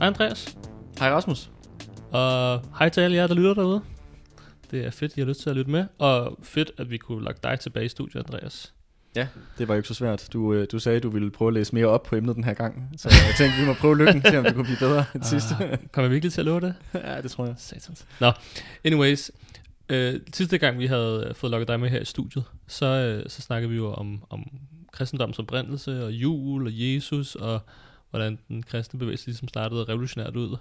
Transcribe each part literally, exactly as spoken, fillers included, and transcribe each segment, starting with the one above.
Hej Andreas. Hej Rasmus. Og hej til alle jer, der lytter derude. Det er fedt, I har lyst til at lytte med. Og fedt, at vi kunne lagt dig tilbage i studiet, Andreas. Ja, det var jo ikke så svært. Du, du sagde, at du ville prøve at læse mere op på emnet den her gang. Så jeg tænkte, vi må prøve lykken til, om det kunne blive bedre end sidste. Kommer vi virkelig til at love det? Ja, det tror jeg. Satans. Nå, anyways. Øh, sidste gang, vi havde fået lukket dig med her i studiet, så, øh, så snakkede vi jo om, om kristendoms oprindelse og jul og Jesus og hvordan den kristne bevægelse ligesom startede revolutionært ud.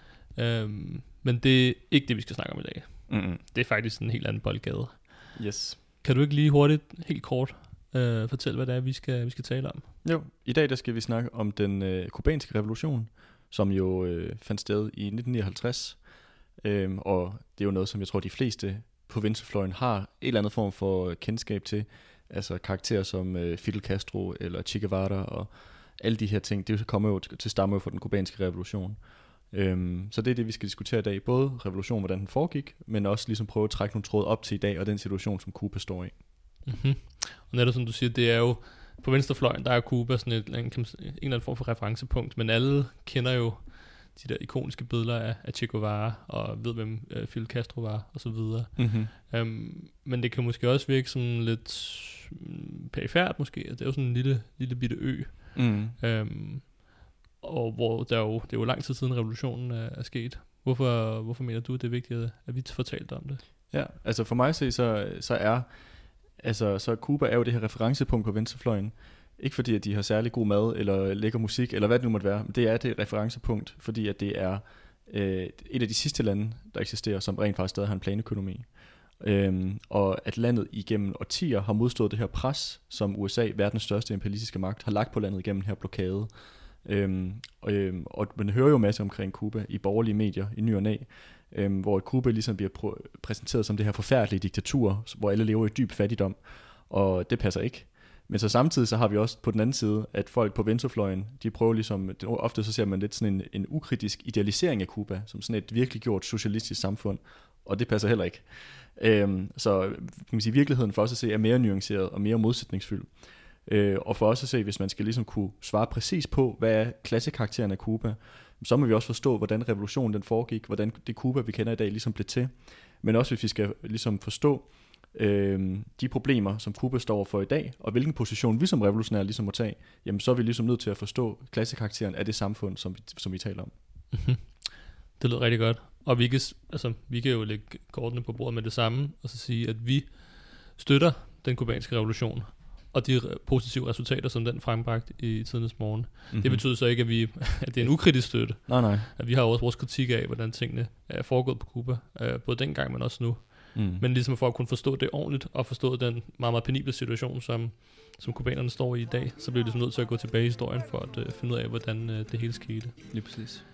Øhm, men det er ikke det, vi skal snakke om i dag. Mm-hmm. Det er faktisk en helt anden boldgade. Yes. Kan du ikke lige hurtigt, helt kort, øh, fortælle, hvad det er, vi skal, vi skal tale om? Jo, i dag der skal vi snakke om den øh, kubanske revolution, som jo øh, fandt sted i nitten nioghalvtreds. Øhm, og det er jo noget, som jeg tror, de fleste på venstrefløjen har en eller anden form for kendskab til. Altså karakterer som øh, Fidel Castro eller Che Guevara og alle de her ting, det kommer jo til stammer fra den kubanske revolution. Øhm, så det er det, vi skal diskutere i dag. Både revolutionen, hvordan den foregik, men også ligesom prøve at trække nogle tråde op til i dag, og den situation, som Cuba står i. Mm-hmm. Og netop som du siger, det er jo, på venstrefløjen, der er Cuba sådan et, en, en eller anden form for referencepunkt, men alle kender jo de der ikoniske billeder af, af Che Guevara, og ved, hvem uh, Fidel Castro var, og så videre. Mm-hmm. Um, men det kan måske også virke sådan lidt um, perifært måske. Det er jo sådan en lille, lille bitte ø. Mm. Um, og hvor der jo, det er jo lang tid siden revolutionen er, er sket. Hvorfor, hvorfor mener du, det er vigtigt, at vi får talt om det? Ja, altså for mig at se, så, så er altså, så Cuba er jo det her referencepunkt på venstrefløjen. Ikke fordi, at de har særlig god mad, eller lækker musik, eller hvad det nu måtte være. Men det er det referencepunkt, fordi at det er øh, et af de sidste lande, der eksisterer, som rent faktisk stadig har en planøkonomi. Øhm, og at landet igennem årtier har modstået det her pres, som U S A, verdens største imperialistiske magt, har lagt på landet igennem den her blokade. Øhm, og, øhm, og man hører jo masser omkring Cuba i borgerlige medier, i ny og næ, øhm, hvor Cuba ligesom bliver pr- præsenteret som det her forfærdelige diktatur, hvor alle lever i dyb fattigdom, og det passer ikke. Men så samtidig så har vi også på den anden side, at folk på venstrefløjen, de prøver ligesom, ofte så ser man lidt sådan en, en ukritisk idealisering af Cuba, som sådan et virkelig gjort socialistisk samfund, og det passer heller ikke. Øhm, så kan man sige, virkeligheden for os at se er mere nuanceret og mere modsætningsfyldt. Øh, og for os at se, hvis man skal ligesom kunne svare præcis på, hvad er klassekarakteren af Cuba, så må vi også forstå, hvordan revolutionen den foregik, hvordan det Cuba, vi kender i dag, ligesom blev til. Men også hvis vi skal ligesom forstå øh, de problemer, som Cuba står for i dag, og hvilken position vi som revolutionære ligesom må tage, jamen så er vi ligesom nødt til at forstå klassekarakteren af det samfund, som vi, som vi taler om. Mm-hmm. Det lyder rigtig godt. Og vi kan, altså, vi kan jo lægge kortene på bordet med det samme, og så sige, at vi støtter den kubanske revolution, og de positive resultater, som den frembragt i tidernes morgen. Mm-hmm. Det betyder så ikke, at, vi, at det er en ukritisk støtte. Nej, nej. At vi har også vores kritik af, hvordan tingene er foregået på Cuba, både dengang, men også nu. Mm. Men ligesom for at kunne forstå det ordentligt, og forstå den meget, meget penible situation, som, som kubanerne står i i dag, så bliver vi ligesom nødt til at gå tilbage i historien, for at uh, finde ud af, hvordan uh, det hele skete. Lige præcis.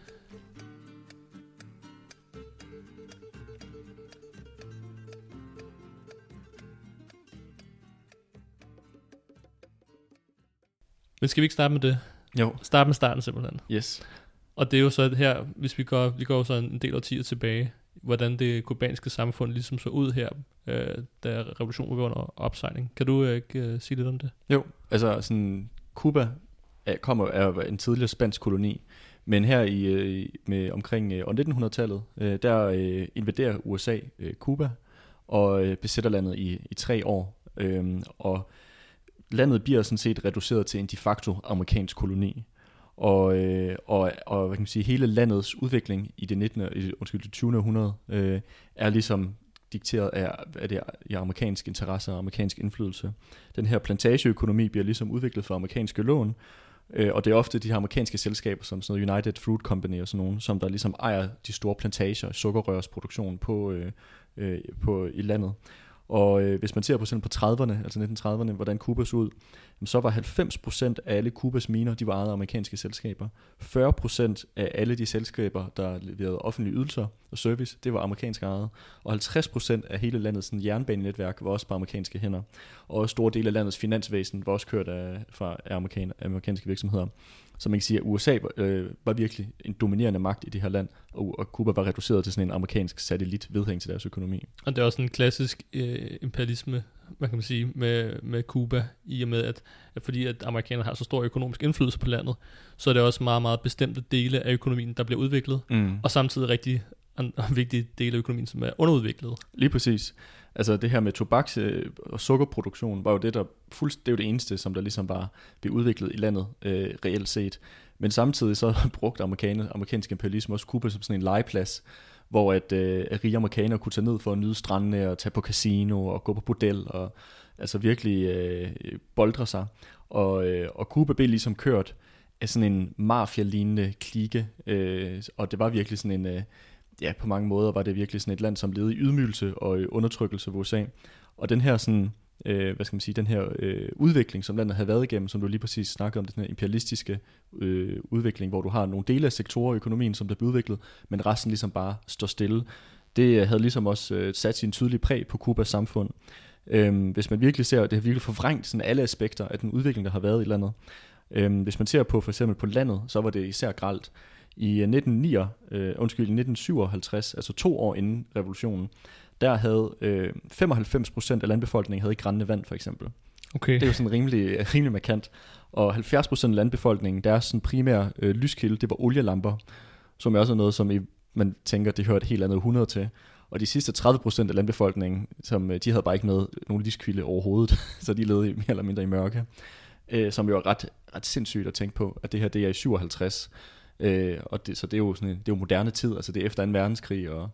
Men skal vi ikke starte med det? Jo. Start med starten simpelthen. Yes. Og det er jo så her, hvis vi går, vi går så en del årtier tilbage, hvordan det kubanske samfund ligesom så ud her, øh, da revolutionen var under opsejling. Kan du ikke øh, sige lidt om det? Jo, altså sådan, Cuba er, kommer af en tidligere spansk koloni, men her i øh, med omkring øh, år nitten hundrede-tallet, øh, der øh, invaderer U S A øh, Cuba og øh, besætter landet i, i tre år, øh, og landet bliver sådan set reduceret til en de facto amerikansk koloni. Og, øh, og, og hvad kan man sige, hele landets udvikling i det nittende undskyld, det tyvende århundrede øh, er ligesom dikteret af, af det i amerikansk interesse og amerikansk indflydelse. Den her plantageøkonomi bliver ligesom udviklet for amerikanske lån, øh, og det er ofte de her amerikanske selskaber som sådan noget United Fruit Company og sådan nogen, som der ligesom ejer de store plantager, sukkerrørsproduktion på, øh, øh, på i landet. Og øh, hvis man ser på sådan på trediverne, altså nitten trediverne, hvordan Cuba så ud, så var halvfems procent af alle Cubas miner, de var ejet af amerikanske selskaber. fyrre procent af alle de selskaber, der leverede offentlige ydelser og service, det var amerikansk ejet. Og halvtreds procent af hele landets sådan, jernbanenetværk var også på amerikanske hænder. Og store dele af landets finansvæsen var også kørt af, fra af amerikan, amerikanske virksomheder. Så man kan sige, at U S A øh, var virkelig en dominerende magt i det her land, og, og Cuba var reduceret til sådan en amerikansk satellit vedhæng til deres økonomi. Og det er også en klassisk øh, imperialisme hvad kan man sige, med, med Cuba, i og med, at, at fordi at amerikanerne har så stor økonomisk indflydelse på landet, så er det også meget, meget bestemte dele af økonomien, der bliver udviklet, mm. og samtidig rigtig en, en vigtige dele af økonomien, som er underudviklet. Lige præcis. Altså det her med tobaks- og sukkerproduktion var jo det, der fuldst, det er jo det eneste, som der ligesom bare blev udviklet i landet, øh, reelt set. Men samtidig så brugte amerikaner, amerikansk imperialisme også Cuba som sådan en legeplads, hvor at, øh, at rige amerikanere kunne tage ned for at nyde strandene og tage på casino og gå på bordel og altså virkelig øh, boldre sig. Og, øh, og Cuba blev ligesom kørt af sådan en mafia-lignende klike, øh, og det var virkelig sådan en... Øh, ja, på mange måder var det virkelig sådan et land, som levede i ydmygelse og i undertrykkelse af U S A. Og den her sådan, øh, hvad skal man sige, den her øh, udvikling, som landet havde været igennem, som du lige præcis snakkede om, den her imperialistiske øh, udvikling, hvor du har nogle dele af sektorer i økonomien, som der blev udviklet, men resten ligesom bare står stille. Det havde ligesom også øh, sat sin tydelige præg på Cubas samfund. Øh, hvis man virkelig ser, det har virkelig forvrængt sådan alle aspekter af den udvikling, der har været i landet. Øh, hvis man ser på for eksempel på landet, så var det især grelt. I nitten ni, øh, undskyld, nitten syvoghalvtreds, altså to år inden revolutionen, der havde øh, femoghalvfems procent af landbefolkningen havde ikke rindende vand, for eksempel. Okay. Det er jo sådan rimelig, rimelig markant. Og halvfjerds procent af landbefolkningen, deres sådan primære øh, lyskilde, det var olielamper, som er også noget, som I, man tænker, det hører et helt andet århundrede til. Og de sidste tredive procent af landbefolkningen, som, de havde bare ikke noget, nogen lyskilde overhovedet, så de levede mere eller mindre i mørke. Øh, som jo er ret, ret sindssygt at tænke på, at det her det er i syvoghalvtreds. Øh, og det, så det er jo sådan en, det er jo moderne tid, altså det er efter anden verdenskrig, og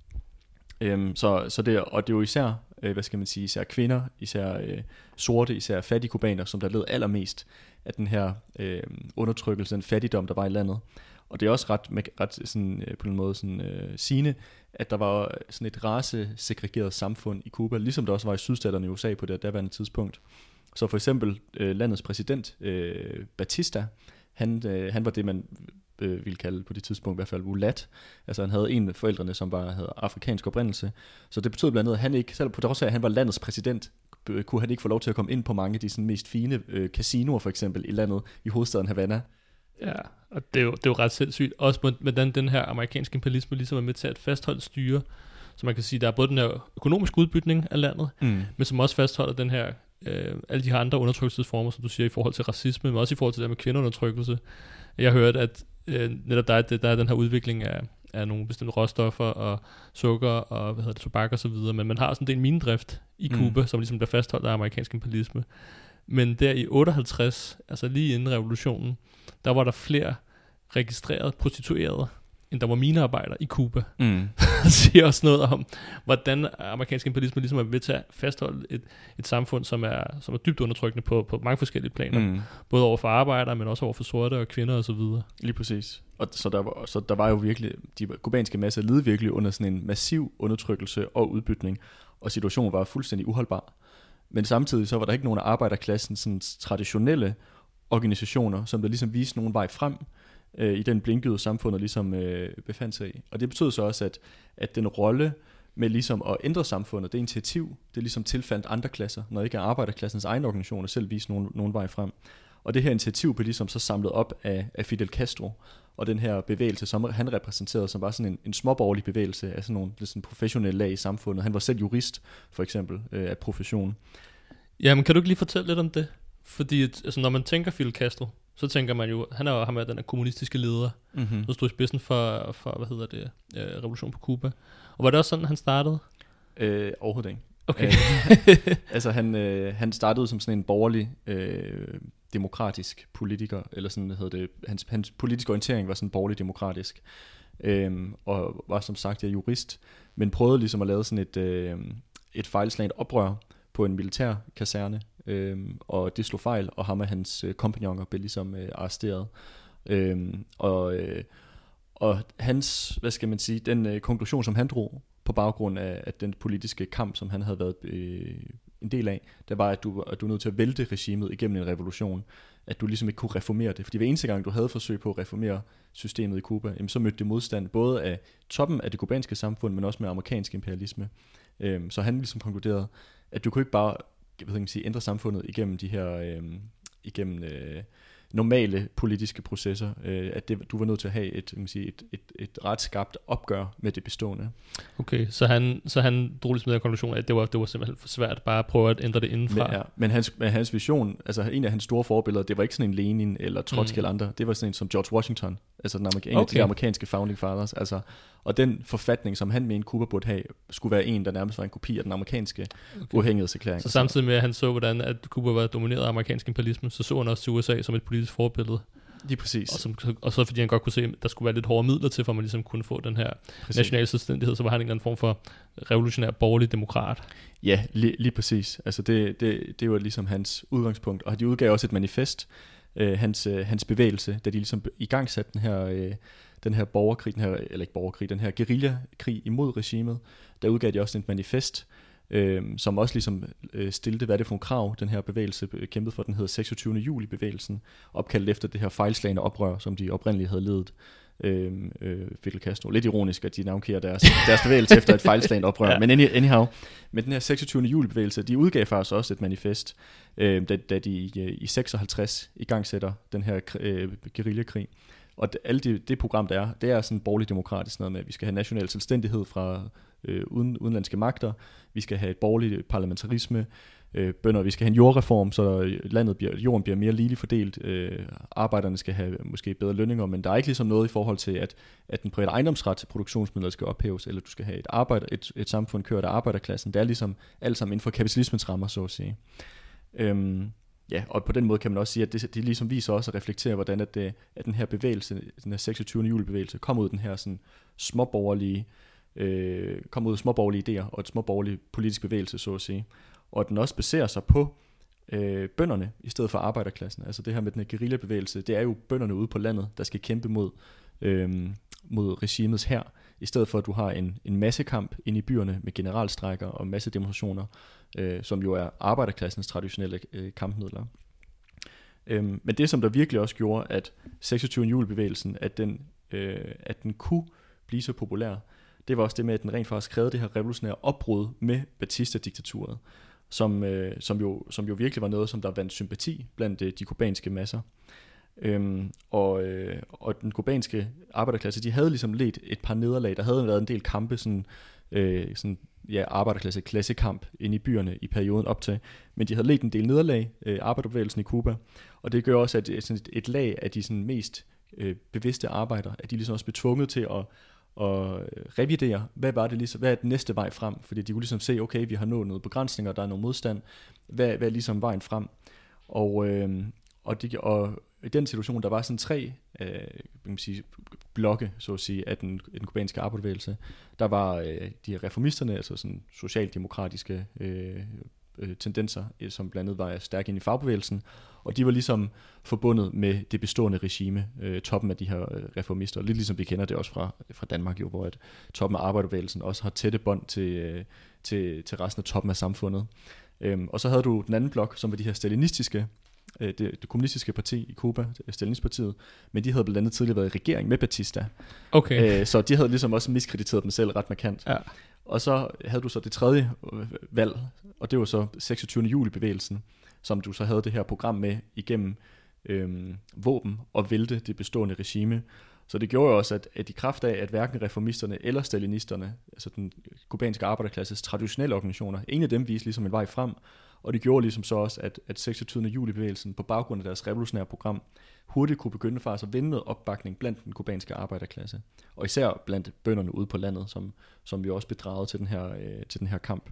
øhm, så så det og det er jo især øh, hvad skal man sige, især kvinder, især øh, sorte, især fattige kubaner, som der led allermest af den her øh, undertrykkelse, den fattigdom der var i landet. Og det er også ret, ret sådan, øh, på en måde sådan øh, sigende, at der var sådan et racesegregeret samfund i Cuba, ligesom der også var i sydstaterne i U S A på det daværende tidspunkt. Så for eksempel øh, landets præsident øh, Batista, han øh, han var det man øh, ville kalde på det tidspunkt i hvert fald mulat. Altså han havde en af forældrene, som var havde afrikansk oprindelse. Så det betød blandt andet, at han ikke, selv på trods af at han var landets præsident, øh, kunne han ikke få lov til at komme ind på mange af de sådan, mest fine øh, casinoer for eksempel i landet, i hovedstaden Havana. Ja, og det er jo, det er jo ret sindssygt. Også med, med den, den her amerikanske imperialisme ligesom er med til at fastholde styre. Så man kan sige, der er både den her økonomiske udbytning af landet, mm. men som også fastholder den her øh, alle de her andre undertrykkelsesformer, som du siger, i forhold til racisme, men også i forhold til det med kvindeundertrykkelse. Jeg har hørt, at øh, netop der er, der er den her udvikling af, af nogle bestemte råstoffer og sukker og hvad hedder det, tobak og så videre, men man har sådan en del minedrift i Cuba, mm. som ligesom bliver fastholdt af amerikansk imperialisme. Men der i otteoghalvtreds, altså lige inden revolutionen, der var der flere registrerede prostituerede, end der var minearbejdere i Cuba. Mm. Det siger også noget om, hvordan amerikansk imperialisme ligesom er ved til at fastholde et, et samfund, som er, som er dybt undertrykkende på, på mange forskellige planer. Mm. Både over for arbejdere, men også over for sorte og kvinder og så videre. Lige præcis. Og så der var, så der var jo virkelig, de kubanske masser led virkelig under sådan en massiv undertrykkelse og udbytning, og situationen var fuldstændig uholdbar. Men samtidig så var der ikke nogen af arbejderklassens sådan traditionelle organisationer, som der ligesom viste nogen vej frem øh, i den blinkede samfundet ligesom øh, befandt sig i. Og det betød så også, at, at den rolle med ligesom at ændre samfundet, det initiativ, det ligesom tilfandt andre klasser, når ikke er arbejderklassens egen organisationer selv viste nogen, nogen vej frem. Og det her initiativ blev ligesom så samlet op af, af Fidel Castro, og den her bevægelse, som han repræsenterede, som var sådan en, en småborgerlig bevægelse af sådan nogle sådan professionelle lag i samfundet. Han var selv jurist, for eksempel, øh, af profession. Ja, men kan du ikke lige fortælle lidt om det? Fordi altså, når man tænker Fidel Castro, så tænker man jo, han er jo ham af den her kommunistiske leder, mm-hmm. der stod i spidsen for, for hvad hedder det, øh, revolution på Cuba. Og var det også sådan, han startede? Øh, overhovedet ikke. Okay. øh, altså han, øh, han startede som sådan en borgerlig, øh, demokratisk politiker, eller sådan hedder det, hans, hans politiske orientering var sådan borgerlig demokratisk, øh, og var som sagt ja, jurist, men prøvede ligesom at lave sådan et, øh, et fejlslagent oprør på en militær kaserne, Øhm, og det slog fejl, og ham og hans øh, kompagnoner blev ligesom øh, arresteret. Øhm, og, øh, og hans, hvad skal man sige, den øh, konklusion, som han drog på baggrund af, af den politiske kamp, som han havde været øh, en del af, det var, at du, at du er nødt til at vælte regimet igennem en revolution, at du ligesom ikke kunne reformere det. Fordi hver eneste gang, du havde forsøg på at reformere systemet i Cuba, jamen, så mødte det modstand både af toppen af det kubanske samfund, men også med amerikansk imperialisme. Øhm, så han ligesom konkluderede, at du kunne ikke bare jeg ved ikke, sige, ændre samfundet igennem de her, øh, igennem, øh, normale politiske processer, øh, at det, du var nødt til at have et, man sige, et, et, et ret skarpt opgør med det bestående. Okay, så han, så han drog ligesom den konklusion af, at det var, det var simpelthen for svært bare at prøve at ændre det indenfra. Men, ja, men, hans, men hans vision, altså en af hans store forbilleder, det var ikke sådan en Lenin eller Trotsky mm. eller andre, det var sådan en som George Washington, altså den amerika- okay. en af de amerikanske founding fathers, altså, og den forfatning, som han mente Cuba burde have, skulle være en, der nærmest var en kopi af den amerikanske okay. uafhængighedserklæring. Så samtidig med, at han så, hvordan at Cuba var domineret af amerikansk imperialisme, så så han også til U S A som et politisk forbillede. Lige præcis. Og, som, og så fordi han godt kunne se, at der skulle være lidt hårdere midler til, for at man ligesom kunne få den her præcis. national selvstændighed, så var han en eller anden form for revolutionær borgerlig demokrat. Ja, lige, lige præcis. Altså det, det, det var ligesom hans udgangspunkt. Og de udgav også et manifest, øh, hans, øh, hans bevægelse, da de ligesom i gang satte den her, øh, den her borgerkrig, den her, eller ikke borgerkrig, den her guerillakrig imod regimet. Der udgav de også et manifest, Øh, som også ligesom øh, stillede, hvad er det for nogle krav, den her bevægelse kæmpede for. Den hedder seksogtyvende juli bevægelsen, opkaldt efter det her fejlslagende oprør, som de oprindeligt havde ledet. Øh, øh, Fidel Castro. Lidt ironisk, at de navngiver deres, deres bevægelse efter et fejlslagende oprør. Ja. Men anyhow, med den her seksogtyvende juli bevægelse, de udgav faktisk også et manifest, øh, da, da de i, i seksoghalvtreds i gang sætter den her øh, guerillakrig. Og det, alle det, det program, der er, det er sådan borgerligt demokratisk noget med, at vi skal have national selvstændighed fra øh, uden, udenlandske magter, vi skal have et borgerligt parlamentarisme, øh, bønder, vi skal have en jordreform, så landet bliver, jorden bliver mere ligeligt fordelt, øh, arbejderne skal have måske bedre lønninger, men der er ikke ligesom noget i forhold til, at, at den private ejendomsret til produktionsmidler skal ophæves, eller du skal have et, arbejder, et, et samfund kørt af arbejderklassen. Det er ligesom alt sammen inden for kapitalismens rammer, så at sige. Øhm, Ja, og på den måde kan man også sige, at det, det ligesom viser også at reflektere, hvordan at, det, at den her bevægelse, den her seksogtyvende juli bevægelse, kom ud af den her sådan småborgerlige, øh, kom ud af småborgerlige idéer og et småborgerlig politisk bevægelse, så at sige. Og at den også baserer sig på øh, bønderne i stedet for arbejderklassen. Altså det her med den her guerillabevægelse, det er jo bønderne ude på landet, der skal kæmpe mod, øh, mod regimets hær, i stedet for at du har en, en massekamp inde i byerne med generalstrejker og massedemonstrationer, øh, som jo er arbejderklassens traditionelle øh, kampmidler. Øhm, men det, som der virkelig også gjorde, at seksogtyvende juli-bevægelsen, at den, øh, at den kunne blive så populær, det var også det med, at den rent faktisk krævede det her revolutionære opbrud med Batista-diktaturet, som, øh, som, jo, som jo virkelig var noget, som der vandt sympati blandt øh, de kubanske masser. Øhm, og, øh, og den kubanske arbejderklasse, de havde ligesom ledt et par nederlag. Der havde været en del kampe, sådan, øh, sådan ja, arbejderklasse, klassekamp inde i byerne i perioden op til, men de havde ledt en del nederlag, øh, arbejderbevægelsen i Cuba, og det gør også, at sådan et, et lag af de sådan mest øh, bevidste arbejdere, at de ligesom også blev tvunget til at, at revidere, hvad var det ligesom, hvad er den næste vej frem, fordi de kunne ligesom se, okay, vi har nået nogle begrænsninger, der er noget modstand, hvad, hvad er ligesom vejen frem, og, øh, og, de, og i den situation, der var sådan tre øh, kan man sige, blokke, så at sige, af den, den kubanske arbejderbevægelse. Der var øh, de reformisterne, altså sådan socialdemokratiske øh, øh, tendenser, som blandt andet var stærke ind i fagbevægelsen, og de var ligesom forbundet med det bestående regime, øh, toppen af de her øh, reformister, lidt ligesom vi kender det også fra, fra Danmark, jo, hvor at toppen af arbejderbevægelsen også har tætte bånd til, øh, til, til resten af toppen af samfundet. Øhm, og så havde du den anden blok, som var de her stalinistiske, Det, det kommunistiske parti i Cuba, Stalinspartiet, men de havde blandt andet tidligere været i regering med Batista. Okay. Øh, så de havde ligesom også miskrediteret dem selv ret markant. Ja. Og så havde du så det tredje valg, og det var så seksogtyvende juli-bevægelsen, som du så havde det her program med igennem øhm, våben og vælte det bestående regime. Så det gjorde også, at, at i kraft af, at hverken reformisterne eller stalinisterne, altså den kubanske arbejderklasses traditionelle organisationer, ingen af dem viste ligesom en vej frem, og det gjorde ligesom så også, at, at seksogtyvende juli-bevægelsen på baggrund af deres revolutionære program hurtigt kunne begynde faktisk at vinde noget opbakning blandt den kubanske arbejderklasse. Og især blandt bønderne ude på landet, som, som jo også bedragede til den her, øh, til den her kamp.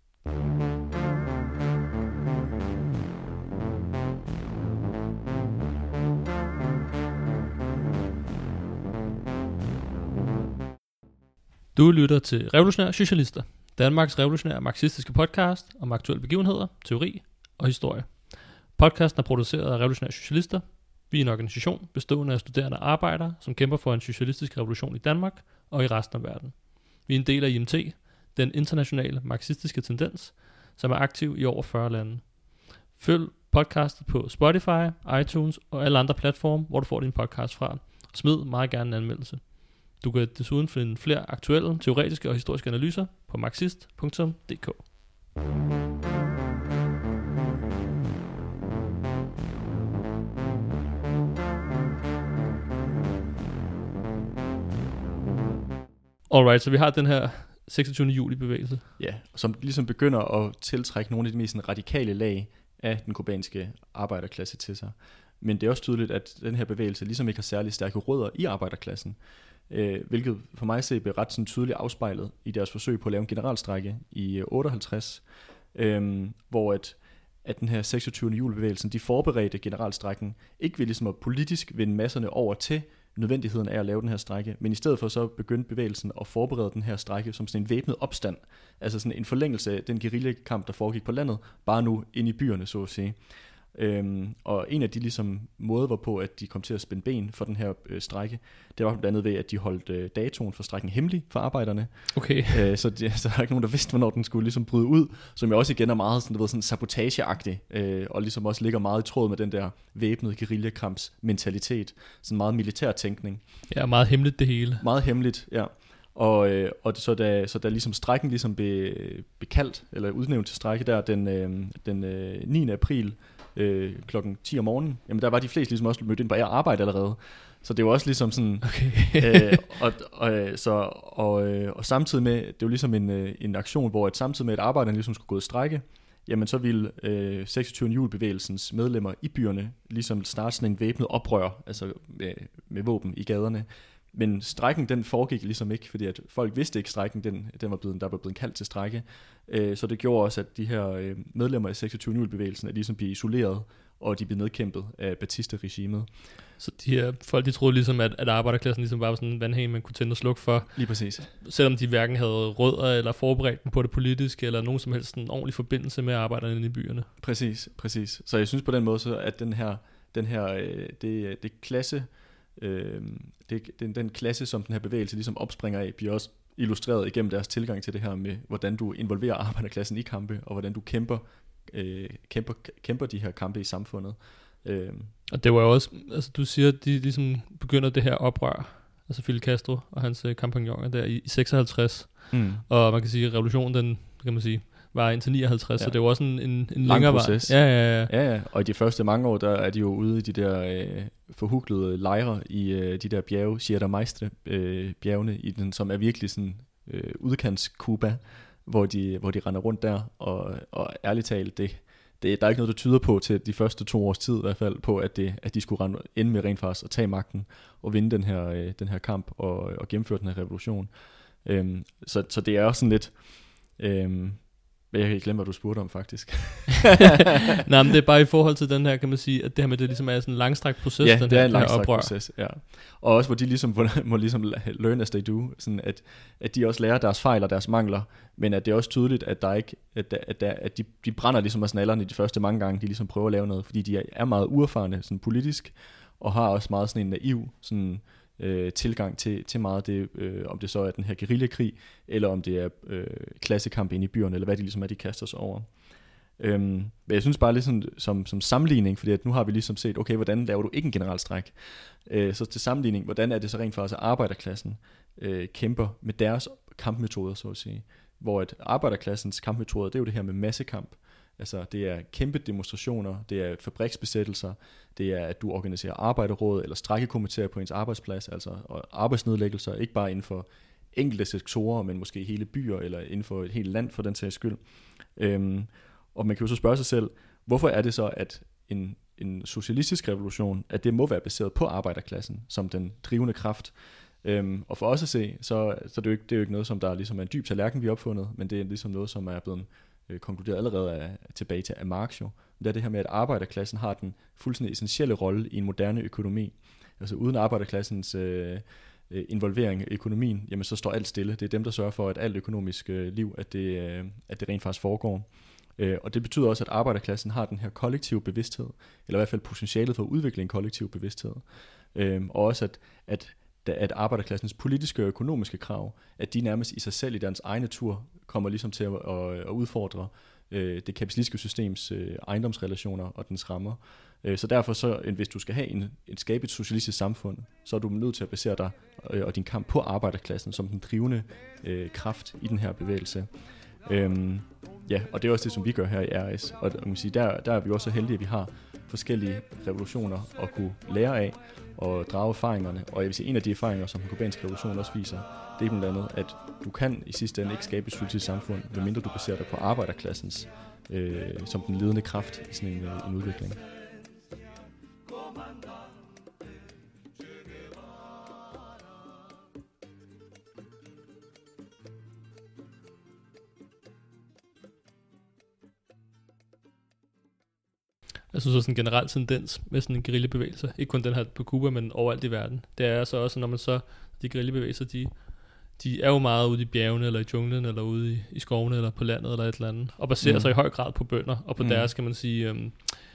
Du lytter til Revolutionære Socialister, Danmarks revolutionære marxistiske podcast om aktuelle begivenheder, teori og historie. Podcasten er produceret af Revolutionære Socialister. Vi er en organisation bestående af studerende og arbejdere, som kæmper for en socialistisk revolution i Danmark og i resten af verden. Vi er en del af I M T, den internationale marxistiske tendens, som er aktiv i over fyrre lande. Følg podcastet på Spotify, iTunes og alle andre platforme, hvor du får din podcast fra. Smid meget gerne en anmeldelse. Du kan desuden finde flere aktuelle, teoretiske og historiske analyser på marxist punktum d k. Alright, så vi har den her seksogtyvende juli bevægelse. Ja, som ligesom begynder at tiltrække nogle af de mest sådan, radikale lag af den kubanske arbejderklasse til sig. Men det er også tydeligt, at den her bevægelse ligesom ikke har særlig stærke rødder i arbejderklassen, øh, hvilket for mig set blev ret sådan tydeligt afspejlet i deres forsøg på at lave en generalstrejke i øh, otteoghalvtreds, øh, hvor at, at den her seksogtyvende juli-bevægelsen, de forberedte generalstrejken, ikke ved ligesom at politisk vinde masserne over til nødvendigheden af at lave den her strejke, men i stedet for så begyndte bevægelsen at forberede den her strejke som sådan en væbnet opstand, altså sådan en forlængelse af den guerillakamp, der foregik på landet, bare nu ind i byerne, så at sige. Øhm, og en af de ligesom måder, hvorpå at de kom til at spænde ben for den her øh, strejke, det var blandt andet ved, at de holdt øh, datoen for strejken hemmelig for arbejderne. Okay. Øh, så, de, så der er ikke nogen, der vidste, hvornår den skulle ligesom bryde ud, som jo også igen er meget sådan, du ved, sådan sabotageagtig, øh, og ligesom også ligger meget i tråd med den der væbnede guerillakamps mentalitet, sådan meget militær tænkning. Ja, meget hemmeligt det hele. Meget hemmeligt, ja. Og, øh, og så da, så da ligesom strejken ligesom blev bekaldt, eller udnævnt til strejke der den, øh, den øh, niende april, Øh, klokken ti om morgenen, jamen der var de fleste ligesom også mødt ind på arbejde allerede, så det var også ligesom sådan, okay. øh, og, og, så, og, øh, og samtidig med, det var ligesom en, øh, en aktion, hvor at samtidig med at arbejderne ligesom skulle gå i strejke, jamen så ville øh, seksogtyvende juli-bevægelsens medlemmer i byerne ligesom starte sådan en væbnet oprør, altså med, med våben i gaderne. Men strejken, den foregik ligesom ikke, fordi at folk vidste ikke, strejken, den, den var blevet, der var blevet kaldt til strejke. Øh, så det gjorde også, at de her øh, medlemmer i seksogtyvende juli-bevægelsen, at ligesom blev isoleret, og de blev nedkæmpet af Batista-regimet. Så de her folk, de troede ligesom, at, at arbejderklassen ligesom bare var sådan en vandhane, man kunne tænde og slukke for. Lige præcis. Selvom de hverken havde rødder eller forberedt dem på det politiske, eller nogen som helst en ordentlig forbindelse med arbejderne i byerne. Præcis, præcis. Så jeg synes på den måde, så, at den her, den her øh, det, det klasse, øh, det, den, den klasse, som den her bevægelse ligesom opspringer af, bliver også illustreret igennem deres tilgang til det her med, hvordan du involverer arbejderklassen i kampe, og hvordan du kæmper, øh, kæmper, kæmper de her kampe i samfundet. Øh. Og det var jo også, altså du siger, at de ligesom begynder det her oprør, altså Fidel Castro og hans øh, kampagnoner der i, i seksoghalvtreds, mm. og man kan sige, at revolutionen, den kan man sige, var indtil nioghalvtreds, ja. Så det var også en, en, en længere proces. Ja, ja, ja. ja, ja. Og i de første mange år, der er de jo ude i de der øh, forhuglede lejre i øh, de der bjerge, Sierra Maestre øh, bjergene, i den, som er virkelig sådan øh, udkants Cuba, hvor de, hvor de render rundt der, og, og ærligt talt, det, det, der er ikke noget, der tyder på til de første to års tid i hvert fald, på at, det, at de skulle rende, ende med rent faktisk at tage magten, og vinde den her, øh, den her kamp, og, og gennemføre den her revolution. Øhm, så, så det er også sådan lidt... Øhm, Jeg kan ikke glemme, hvad du spurgte om, faktisk. Nej, men det er bare i forhold til den her, kan man sige, at det her med, det ligesom er sådan en langstrakt proces, ja, den det her, er en langstrakt oprør. proces, ja. Og også, hvor de ligesom må ligesom learn as they do, sådan at, at de også lærer deres fejl og deres mangler, men at det er også tydeligt, at, der ikke, at, der, at, der, at de, de brænder ligesom af snallerne de første mange gange, de ligesom prøver at lave noget, fordi de er meget uerfarne sådan politisk, og har også meget sådan en naiv sådan... Øh, tilgang til, til meget af det, øh, om det så er den her guerillakrig, eller om det er øh, klassekamp inde i byerne, eller hvad det ligesom er, de kaster sig over. Øhm, men jeg synes bare lidt sådan, som, som sammenligning, fordi at nu har vi ligesom set, okay, hvordan laver du ikke en generalstrejk? Øh, så til sammenligning, hvordan er det så rent faktisk, at arbejderklassen øh, kæmper med deres kampmetoder, så at sige. Hvor at arbejderklassens kampmetoder, det er jo det her med massekamp. Altså det er kæmpe demonstrationer, det er fabriksbesættelser, det er at du organiserer arbejderråd eller strejkekomiteer på ens arbejdsplads, altså arbejdsnedlæggelser, ikke bare inden for enkelte sektorer, men måske hele byer eller inden for et helt land for den sags skyld. Øhm, og man kan jo så spørge sig selv, hvorfor er det så, at en, en socialistisk revolution, at det må være baseret på arbejderklassen som den drivende kraft? Øhm, og for os at se, så, så det er, jo ikke, det er jo ikke noget, som der ligesom er en dyb tallerken, vi har opfundet, men det er ligesom noget, som er blevet øh, konkluderet allerede af, tilbage til af Marx jo. Det er det her med, at arbejderklassen har den fuldstændig essentielle rolle i en moderne økonomi. Altså uden arbejderklassens øh, involvering i økonomien, jamen så står alt stille. Det er dem, der sørger for, at alt økonomisk øh, liv, at det, øh, at det rent faktisk foregår. Øh, og det betyder også, at arbejderklassen har den her kollektive bevidsthed, eller i hvert fald potentialet for at udvikle en kollektiv bevidsthed. Øh, og også, at, at at arbejderklassens politiske og økonomiske krav, at de nærmest i sig selv i deres egen natur kommer ligesom til at, at, at udfordre øh, det kapitalistiske systems øh, ejendomsrelationer og dens rammer. Øh, så derfor, så, hvis du skal have en, en skabe et socialistisk samfund, så er du nødt til at basere dig øh, og din kamp på arbejderklassen som den drivende øh, kraft i den her bevægelse. Øhm, ja, og det er også det, som vi gør her i R S. Og man kan sige, der, der er vi også så heldige, at vi har forskellige revolutioner at kunne lære af og drage erfaringerne. Og jeg vil sige, en af de erfaringer, som den kubanske revolution også viser, det er blandt andet, at du kan i sidste ende ikke skabe et solidt samfund, medmindre du baserer dig på arbejderklassens øh, som den ledende kraft i sådan en, en udvikling. Jeg synes også en generel tendens med sådan en guerillabevægelse, ikke kun den her på Cuba, men overalt i verden, det er så også, når man så, de guerillabevægelser, de, de er jo meget ude i bjergene, eller i junglen, eller ude i, i skovene, eller på landet, eller et eller andet, og baserer mm. sig i høj grad på bønder, og på mm. deres, kan man sige, øhm,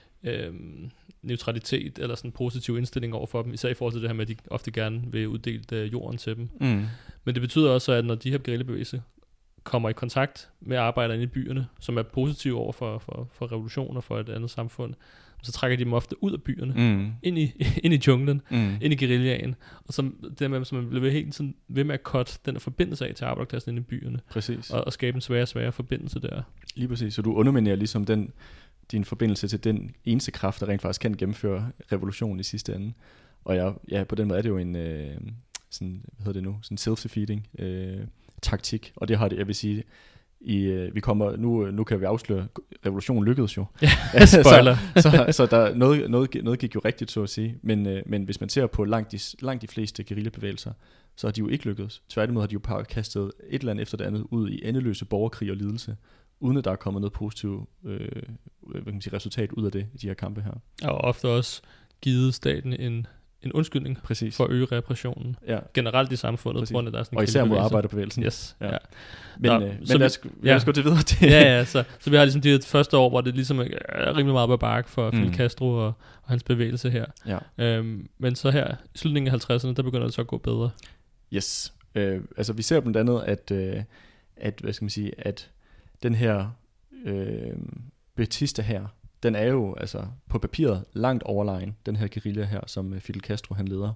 øhm, neutralitet, eller sådan en positiv indstilling over for dem, især i forhold til det her med, at de ofte gerne vil uddele øh, jorden til dem. Mm. Men det betyder også, at når de her guerillabevægelser kommer i kontakt med arbejdere inde i byerne, som er positive over for, for, for revolution og for et andet samfund, så trækker de dem ofte ud af byerne, mm. ind, i, ind i junglen, mm. ind i guerillaen, og så det med, som man bliver helt sådan ved med at cutte den der forbindelse af til arbejderklassen inde i byerne. Præcis. Og, og skabe en sværere og sværere forbindelse der. Lige præcis, så du underminerer ligesom den, din forbindelse til den eneste kraft, der rent faktisk kan gennemføre revolutionen i sidste ende. Og ja, ja på den måde er det jo en, øh, sådan, hvad hedder det nu, sådan self-defeating øh, taktik, og det har det, jeg vil sige, i, øh, vi kommer, nu, nu kan vi afsløre, revolutionen lykkedes jo. Ja, spoiler. så, så, så der, noget, noget, noget gik jo rigtigt, så at sige, men, øh, men hvis man ser på langt de, langt de fleste guerillabevægelser, så har de jo ikke lykkedes. Tværtimod har de jo bare kastet et eller andet efter det andet ud i endeløse borgerkrig og lidelse, uden at der er kommet noget positivt øh, hvad kan man sige, resultat ud af det, i de her kampe her. Og ofte også givet staten en en undskyldning. Præcis. For at øge repressionen. Ja. Generelt i samfundet. På grund af, der er sådan og især mod arbejderbevægelsen. Yes. Ja. Ja. Men, Nå, øh, men lad os ja. gå til videre til. ja, ja, så, så vi har ligesom de første år, hvor det ligesom er rimelig meget på bakke for Fidel mm. Castro og, og hans bevægelse her. Ja. Øhm, men så her, i slutningen af halvtredserne, der begynder det så at gå bedre. Yes. Øh, altså vi ser blandt andet, at, øh, at, hvad skal man sige, at den her øh, Batista her, den er jo altså på papiret langt overlegen, den her guerilla her, som Fidel Castro han leder.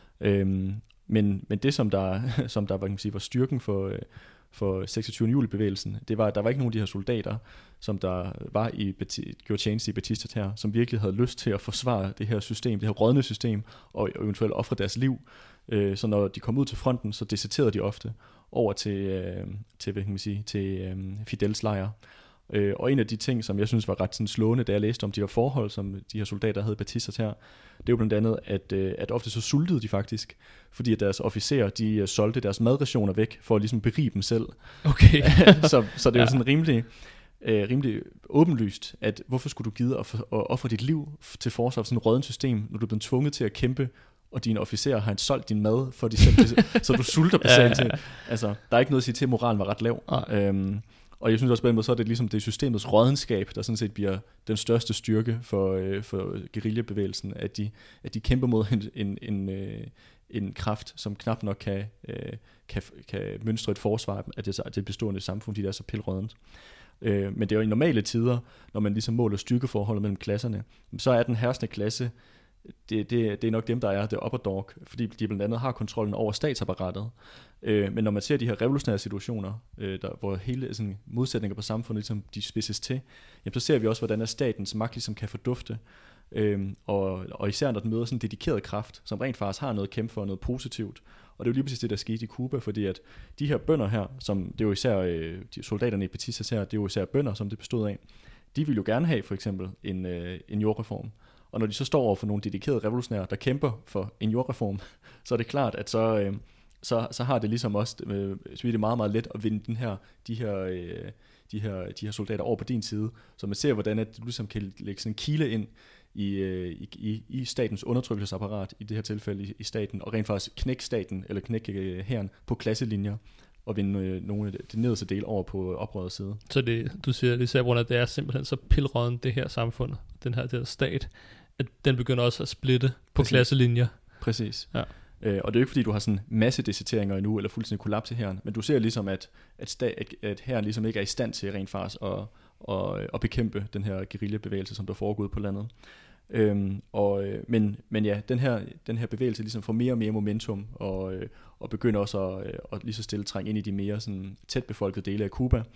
Øhm, men, men det, som der, som der var, kan man sige, var styrken for, for seksogtyvende juli-bevægelsen, det var, at der var ikke nogen af de her soldater, som der var i, gjorde tjeneste i Batista her, som virkelig havde lyst til at forsvare det her system, det her rådne system, og eventuelt ofre deres liv. Øh, så når de kom ud til fronten, så deserterede de ofte over til, øh, til, hvad kan man sige, til øh, Fidels lejr. Øh, og en af de ting, som jeg synes var ret sådan slående, da jeg læste om de her forhold, som de her soldater havde Batistas her, det er jo blandt andet, at, øh, at ofte så sultede de faktisk, fordi at deres officerer, de uh, solgte deres madrationer væk, for at ligesom berige dem selv. Okay. så, så det er jo sådan rimelig, øh, rimelig åbenlyst, at hvorfor skulle du gide at, at ofre dit liv til forsvar for sådan et rådent system, når du er blevet tvunget til at kæmpe, og dine officerer har solgt din mad, for de selv, så du sulter på sagen til. Altså, der er ikke noget at sige til, at moralen var ret lav. Øhm, Og jeg synes også på den måde, så er det ligesom det systemets rådenskab, der sådan set bliver den største styrke for, øh, for guerillabevægelsen, at de, at de kæmper mod en, en, en, øh, en kraft, som knap nok kan, øh, kan, kan mønstre et forsvar af det, det bestående samfund, de er så pilrådent. Øh, men det er jo i normale tider, når man ligesom måler styrkeforholdet mellem klasserne, så er den herskende klasse, Det, det, det er nok dem, der er det upper dog, fordi de blandt andet har kontrollen over statsapparatet. Øh, men når man ser de her revolutionære situationer, øh, der, hvor hele sådan, modsætninger på samfundet ligesom, de spidses til, jamen, så ser vi også, hvordan er statens magt ligesom, kan fordufte. Øh, og, og især når den møder sådan en dedikeret kraft, som rent faktisk har noget at kæmpe for, noget positivt. Og det er jo lige præcis det, der skete i Cuba, fordi at de her bønder her, som det er jo især øh, de soldaterne i Batistas her, det er jo især bønder, som det bestod af, de vil jo gerne have for eksempel en, øh, en jordreform. Og når de så står over for nogle dedikerede revolutionære, der kæmper for en jordreform, så er det klart, at så, øh, så, så har det ligesom også, øh, så er det meget, meget let at vinde den her, de, her, øh, de, her, de her soldater over på din side. Så man ser, hvordan at du ligesom kan lægge sådan en kile ind i, øh, i, i statens undertrykkelsesapparat, i det her tilfælde i, i staten, og rent faktisk knække staten, eller knække øh, hæren på klasselinjer, og vinde øh, nogle af det nederste del over på oprørets side. Så det, du siger, det især grund af, at det er simpelthen så pilråden det her samfund, den her, det her stat, at den begynder også at splitte på Præcis. Klasselinjer. Præcis. Ja. Øh, og det er jo ikke fordi, du har sådan masse deserteringer endnu, eller fuldstændig kollaps i hæren, men du ser ligesom, at, at, sta- at, at hæren ligesom ikke er i stand til rent faktisk at, at, at bekæmpe den her guerillabevægelse, som der foregår på landet. Øhm, og, men, men ja, den her, den her bevægelse ligesom får mere og mere momentum, og, og begynder også at, at lige så stille trænge ind i de mere sådan, tæt befolkede dele af Cuba.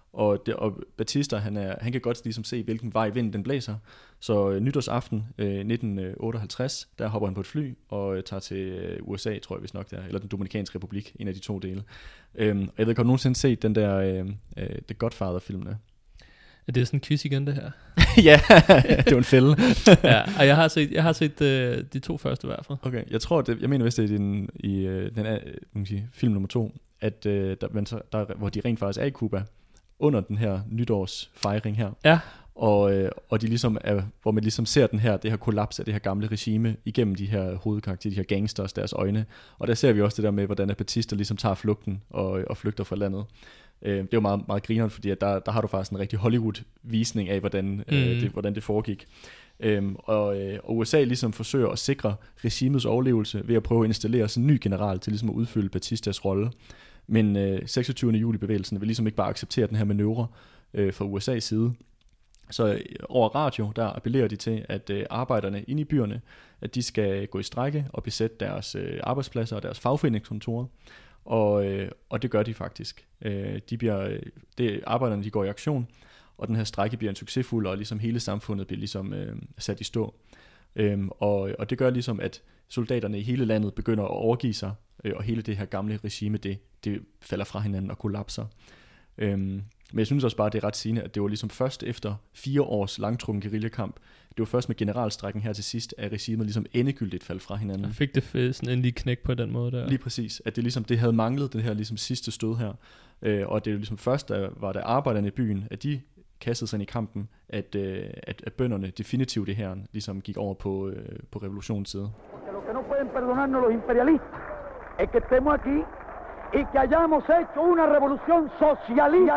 Og, det, og Batista, han, er, han kan godt ligesom se, hvilken vej vinden den blæser. Så øh, nytårsaften øh, nitten otteoghalvtreds, der hopper han på et fly og øh, tager til øh, U S A, tror jeg vist nok det er, eller den Dominikanske Republik, en af de to dele. Øhm, og jeg ved ikke, har du nogensinde set den der øh, øh, The Godfather-film der? Er det sådan en quiz igen, det her? Ja, det var en fælde. Ja, og jeg har set, jeg har set øh, de to første i hvert fald. Okay, jeg tror, det, jeg mener vist, det er den, i øh, den, øh, man sige, film nummer to, at, øh, der, man så, der, hvor de rent faktisk er i Cuba, under den her nytårsfejring her. Ja. Og, øh, og de ligesom er, hvor man ligesom ser den her, det her kollaps af det her gamle regime igennem de her hovedkarakterer, de her gangsters, deres øjne. Og der ser vi også det der med, hvordan Batista ligesom tager flugten og, og flygter fra landet. Øh, det er jo meget, meget grineren, fordi at der, der har du faktisk en rigtig Hollywood-visning af, hvordan, mm. øh, det, hvordan det foregik. Øhm, og, øh, og U S A ligesom forsøger at sikre regimets overlevelse ved at prøve at installere sådan en ny general til ligesom at udfylde Batistas rolle. Men øh, seksogtyvende juli-bevægelsen vil ligesom ikke bare acceptere den her manøvre øh, fra U S A's side. Så øh, over radio, der appellerer de til, at øh, arbejderne inde i byerne, at de skal gå i strejke og besætte deres øh, arbejdspladser og deres fagforeningskontorer. Og, øh, og det gør de faktisk. Øh, de bliver, det, arbejderne de går i aktion, og den her strejke bliver en succesfuld, og ligesom hele samfundet bliver ligesom øh, sat i stå. Øhm, og, og det gør ligesom, at soldaterne i hele landet begynder at overgive sig, øh, og hele det her gamle regime, det, det falder fra hinanden og kollapser. Øhm, men jeg synes også bare, det er ret sigende, at det var ligesom først efter fire års langtrukken guerillakamp, det var først med generalstrækken her til sidst, at regimet ligesom endegyldigt faldt fra hinanden. Jeg fik det sådan en lige knæk på den måde der. Lige præcis, at det ligesom det havde manglet, det her ligesom sidste stød her. Øh, og det er ligesom først, der var der arbejderne i byen, at de kastede sig ind i kampen, at, øh, at, at bønderne definitivt i hæren ligesom gik over på, øh, på revolutionens side. Lo que no pueden perdonarnos los imperialistas es que estemos aquí y que hayamos hecho una revolución socialista.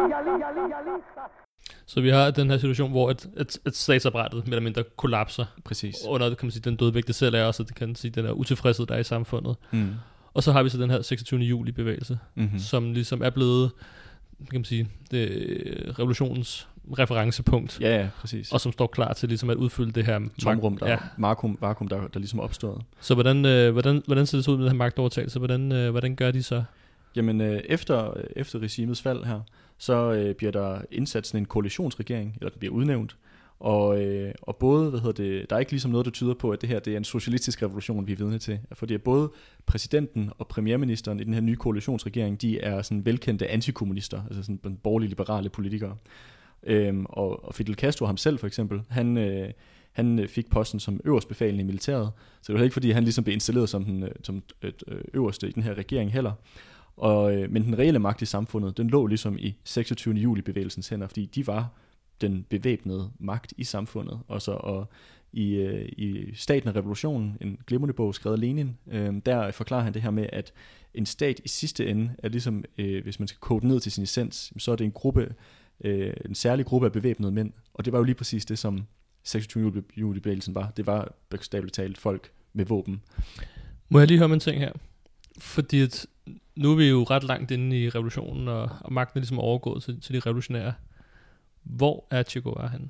Så vi har den her situation, hvor et, et, et statsapparatet mere eller mindre kollapser. Præcis. Under, kan man sige, den dødvægt, det selv er også, det kan man sige, den der utilfredshed, der er i samfundet. Mm. Og så har vi så den her seksogtyvende juli-bevægelse, mm-hmm. som ligesom er blevet, kan man sige, det, revolutionens referencepunkt. Ja, ja, præcis. Og som står klar til ligesom at udfylde det her tomrum, der, ja. vakuum, vakuum der, der ligesom er opstået. Så hvordan, øh, hvordan, hvordan ser det så ud med den her magtovertagelse? Hvordan, øh, hvordan gør de så? Jamen, øh, efter, efter regimets fald her, så øh, bliver der indsat sådan en koalitionsregering, eller den bliver udnævnt, og, øh, og både, hvad hedder det, der er ikke ligesom noget, der tyder på, at det her det er en socialistisk revolution, vi er vidne til, fordi både præsidenten og premierministeren i den her nye koalitionsregering, de er sådan velkendte antikommunister, altså sådan borgerlige liberale politikere. Øhm, og, og Fidel Castro ham selv for eksempel, han, øh, han fik posten som øverstbefalende i militæret, så det var ikke fordi han ligesom blev installeret som, den, som et øverste i den her regering heller. Og, øh, men den reelle magt i samfundet, den lå ligesom i seksogtyvende juli-bevægelsens hænder, fordi de var den bevæbnede magt i samfundet. Og, så, og i, øh, i Staten og Revolutionen, en glimrende bog skrevet af Lenin, øh, der forklarer han det her med, at en stat i sidste ende er ligesom, øh, hvis man skal kode ned til sin essens, så er det en gruppe, øh, en særlig gruppe af bevæbnede mænd. Og det var jo lige præcis det, som seksogtyvende juli-bevægelsen var. Det var bogstaveligt talt folk med våben. Må jeg lige høre om en ting her? Fordi at nu er vi jo ret langt inde i revolutionen, og, og magten er ligesom overgået til, til de revolutionære. Hvor er Che Guevara henne?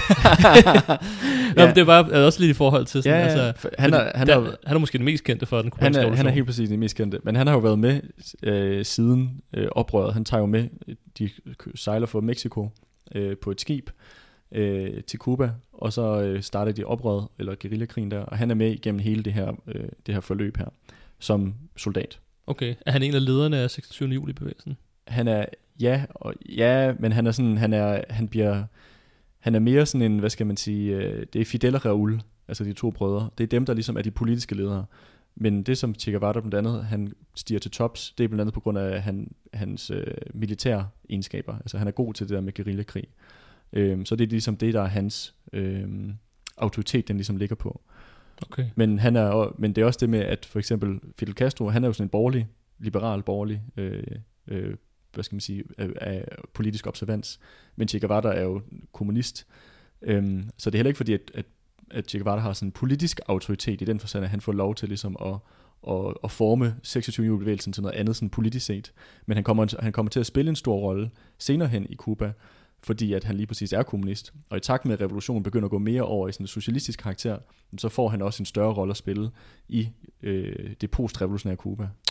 ja. Nå, det er bare er også lidt i forhold til sådan, ja, ja. altså, han, er, han, der, er, han er måske den mest kendte for den kubanske revolution. Han er helt præcis den mest kendte, men han har jo været med øh, siden øh, oprøret. Han tager jo med, de sejler fra Mexico øh, på et skib øh, til Cuba, og så øh, starter de oprøret, eller guerillakrigen der, og han er med igennem hele det her, øh, det her forløb her, som soldat. Okay, er han en af lederne af seksogtyvende juli-bevægelsen? Han er, ja, og, ja, men han er sådan, han er, han bliver, han er mere sådan en, hvad skal man sige, øh, det er Fidel og Raúl, altså de to brødre. Det er dem, der ligesom er de politiske ledere. Men det, som Che Guevara blandt andet, han stiger til tops, det er blandt andet på grund af han, hans øh, militære egenskaber. Altså han er god til det der med guerillakrig. Øhm, så det er ligesom det, der er hans øh, autoritet, den ligesom ligger på. Okay. Men, han er, men det er også det med, at for eksempel Fidel Castro, han er jo sådan en borgerlig, liberal borgerlig, øh, øh, hvad skal man sige, af, af politisk observans. Men Che Guevara er jo kommunist. Øhm, så det er heller ikke fordi, at, at, at Che Guevara har sådan en politisk autoritet i den forstand, at han får lov til ligesom at, at, at forme seksogtyvende juli-bevægelsen til noget andet sådan politisk set. Men han kommer, han kommer til at spille en stor rolle senere hen i Cuba, fordi at han lige præcis er kommunist. Og i takt med, at revolutionen begynder at gå mere over i sådan en socialistisk karakter, så får han også en større rolle at spille i øh, det postrevolutionære Cuba.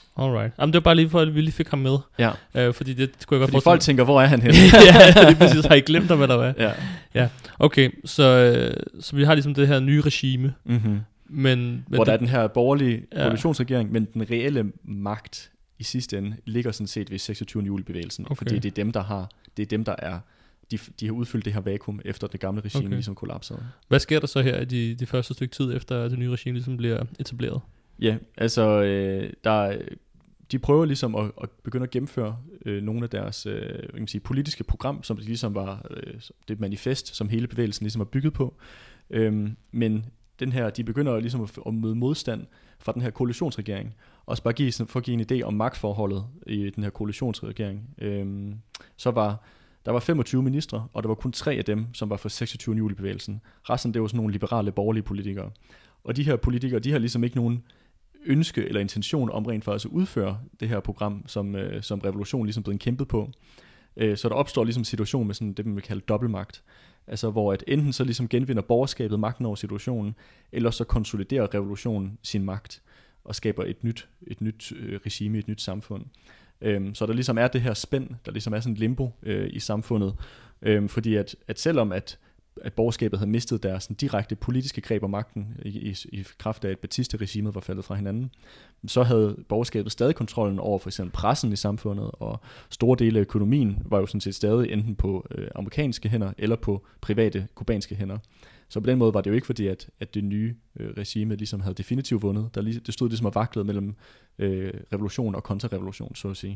Alright. Jamen, det var bare lige for, at vi lige fik ham med. Ja. Øh, fordi det skulle jeg godt Fordi folk tænker, hvor er han henne? ja, lige præcis. Har I glemt ham, eller hvad? Ja. Ja. Okay, så, øh, så vi har ligesom det her nye regime. Mm-hmm. Men, men hvor der det, er den her borgerlige ja. koalitionsregering, men den reelle magt i sidste ende ligger sådan set ved seksogtyvende juli-bevægelsen. Okay. Fordi det er dem, der har, det er dem, der er, de, de har udfyldt det her vakuum, efter det gamle regime Okay. ligesom kollapsede. hvad sker der så her i de, de første stykke tid, efter det nye regime ligesom bliver etableret? Ja, altså, øh, der, de prøver ligesom at, at begynde at gennemføre øh, nogle af deres øh, hvad kan man sige, politiske program, som ligesom var øh, det manifest, som hele bevægelsen ligesom er bygget på. Øhm, men den her, de begynder ligesom at, at møde modstand fra den her koalitionsregering. Også bare give, for at give en idé om magtforholdet i den her koalitionsregering. Øhm, så var der var femogtyve ministre, og der var kun tre af dem, som var fra seksogtyvende juli-bevægelsen. Resten, det var sådan nogle liberale, borgerlige politikere. Og de her politikere, de har ligesom ikke nogen ønske eller intention om rent faktisk at udføre det her program, som, øh, som revolutionen ligesom blev kæmpet på. Øh, så der opstår ligesom en situation med sådan det, man vil kalde dobbeltmagt. Altså hvor at enten så ligesom genvinder borgerskabet magten over situationen, eller så konsoliderer revolutionen sin magt og skaber et nyt, et nyt øh, regime, et nyt samfund. Øhm, så der ligesom er det her spænd, der ligesom er sådan et limbo øh, i samfundet, øhm, fordi at, at selvom at, at borgerskabet havde mistet deres sådan, direkte politiske greb om magten i, i, i kraft af, at Batista-regimet var faldet fra hinanden, så havde borgerskabet stadig kontrollen over for eksempel pressen i samfundet, og store dele af økonomien var jo sådan set stadig enten på øh, amerikanske hænder, eller på private kubanske hænder. Så på den måde var det jo ikke fordi, at, at det nye øh, regime ligesom havde definitivt vundet. Der lige, det stod ligesom og vaklede mellem øh, revolution og kontrarevolution, så at sige.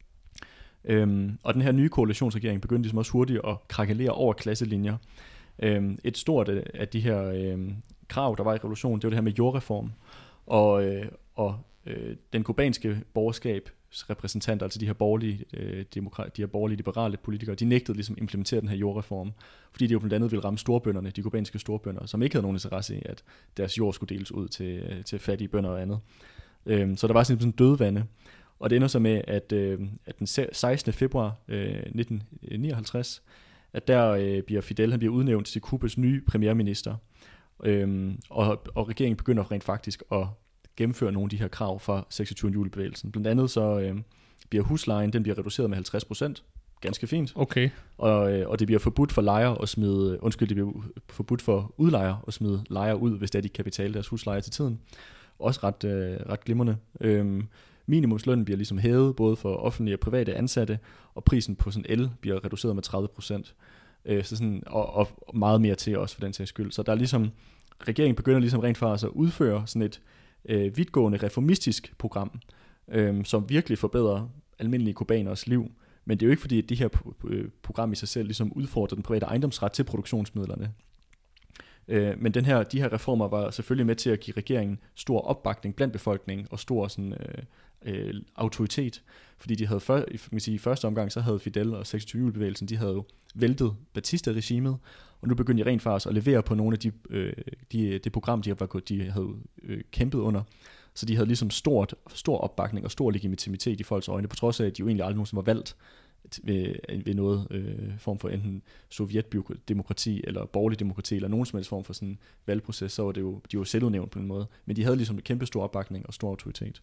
Øhm, og den her nye koalitionsregering begyndte ligesom også hurtigt at krakelere over klasselinjer. Øhm, et stort af de her øh, krav, der var i revolutionen, det var det her med jordreform. Og, øh, og øh, den kubanske borgerskab repræsentanter, altså de her borgerlige, øh, demokrat, de her borgerlige liberale politikere, de nægtede ligesom at implementere den her jordreform, fordi de jo blandt andet ville ramme storbønderne, de kubanske storbønder, som ikke havde nogen interesse i, at deres jord skulle deles ud til, til fattige bønder og andet. Øhm, så der var sådan en dødvande, og det ender så med, at, øh, at den sekstende februar øh, nitten nioghalvtreds, at der øh, bliver Fidel, han bliver udnævnt til Kubas nye premierminister, øhm, og, og regeringen begynder rent faktisk at gennemføre nogle af de her krav fra seksogtyvende juli-bevægelsen. Blandt andet så øh, bliver huslejen, den bliver reduceret med halvtreds procent. Ganske fint. Okay. Og, øh, og det bliver forbudt for lejer at smide, undskyld, det bliver forbudt for udlejer at smide lejer ud, hvis det er, de kan betale deres husleje til tiden. Også ret, øh, ret glimrende. Øhm, minimumslønnen bliver ligesom hævet, både for offentlige og private ansatte, og prisen på sådan el bliver reduceret med tredive procent. Øh, så sådan, og, og meget mere til også for den sags skyld. Så der er ligesom, regeringen begynder ligesom rent faktisk at udføre sådan et øh, vidtgående reformistisk program, øh, som virkelig forbedrer almindelige kubaners liv. Men det er jo ikke fordi, at det her program i sig selv ligesom udfordrer den private ejendomsret til produktionsmidlerne. Øh, men den her, de her reformer var selvfølgelig med til at give regeringen stor opbakning blandt befolkningen og stor sådan, øh, øh, autoritet. Fordi de havde før, man sige, i første omgang, så havde Fidel og seksogtyvende juli-bevægelsen, de havde jo væltet Batista-regimet, og nu begyndte de rent faktisk at levere på nogle af de, øh, de, det program, de, var, de havde øh, kæmpet under. Så de havde ligesom stort, stor opbakning og stor legitimitet i folks øjne, på trods af, at de jo egentlig aldrig nogensinde var valgt ved, ved noget øh, form for enten sovjetdemokrati eller borgerlig demokrati, eller nogen som helst form for sådan en valgproces, så var det jo, de var selvudnævnt på en måde. Men de havde ligesom en kæmpe stor opbakning og stor autoritet.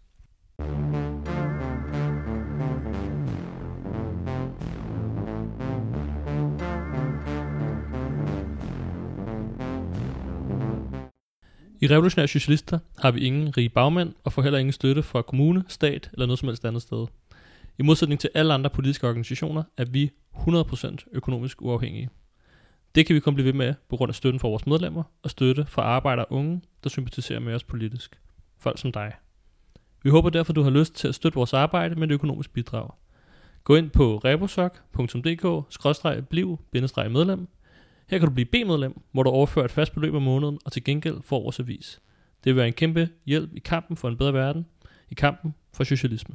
I Revolutionære Socialister har vi ingen rige bagmænd og får heller ingen støtte fra kommune, stat eller noget som helst andet sted. I modsætning til alle andre politiske organisationer er vi hundrede procent økonomisk uafhængige. Det kan vi kun blive ved med på grund af støtten fra vores medlemmer og støtte fra arbejdere og unge, der sympatiserer med os politisk. Folk som dig. Vi håber derfor, du har lyst til at støtte vores arbejde med et økonomisk bidrag. Gå ind på reposok punktum d k skråstreg bliv bindestreg medlem. Her kan du blive B-medlem, hvor du overfører et fast beløb om måneden og til gengæld får vores avis. Det vil være en kæmpe hjælp i kampen for en bedre verden, i kampen for socialisme.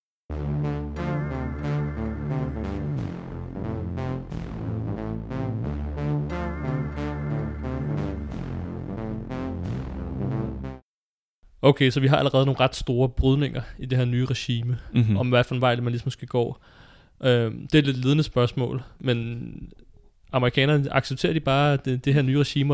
Okay, så vi har allerede nogle ret store brydninger i det her nye regime, Mm-hmm. om hvad for en vej man ligesom skal gå. Øh, det er et lidt ledende spørgsmål, men amerikanerne, accepterer de bare det, det her nye regimer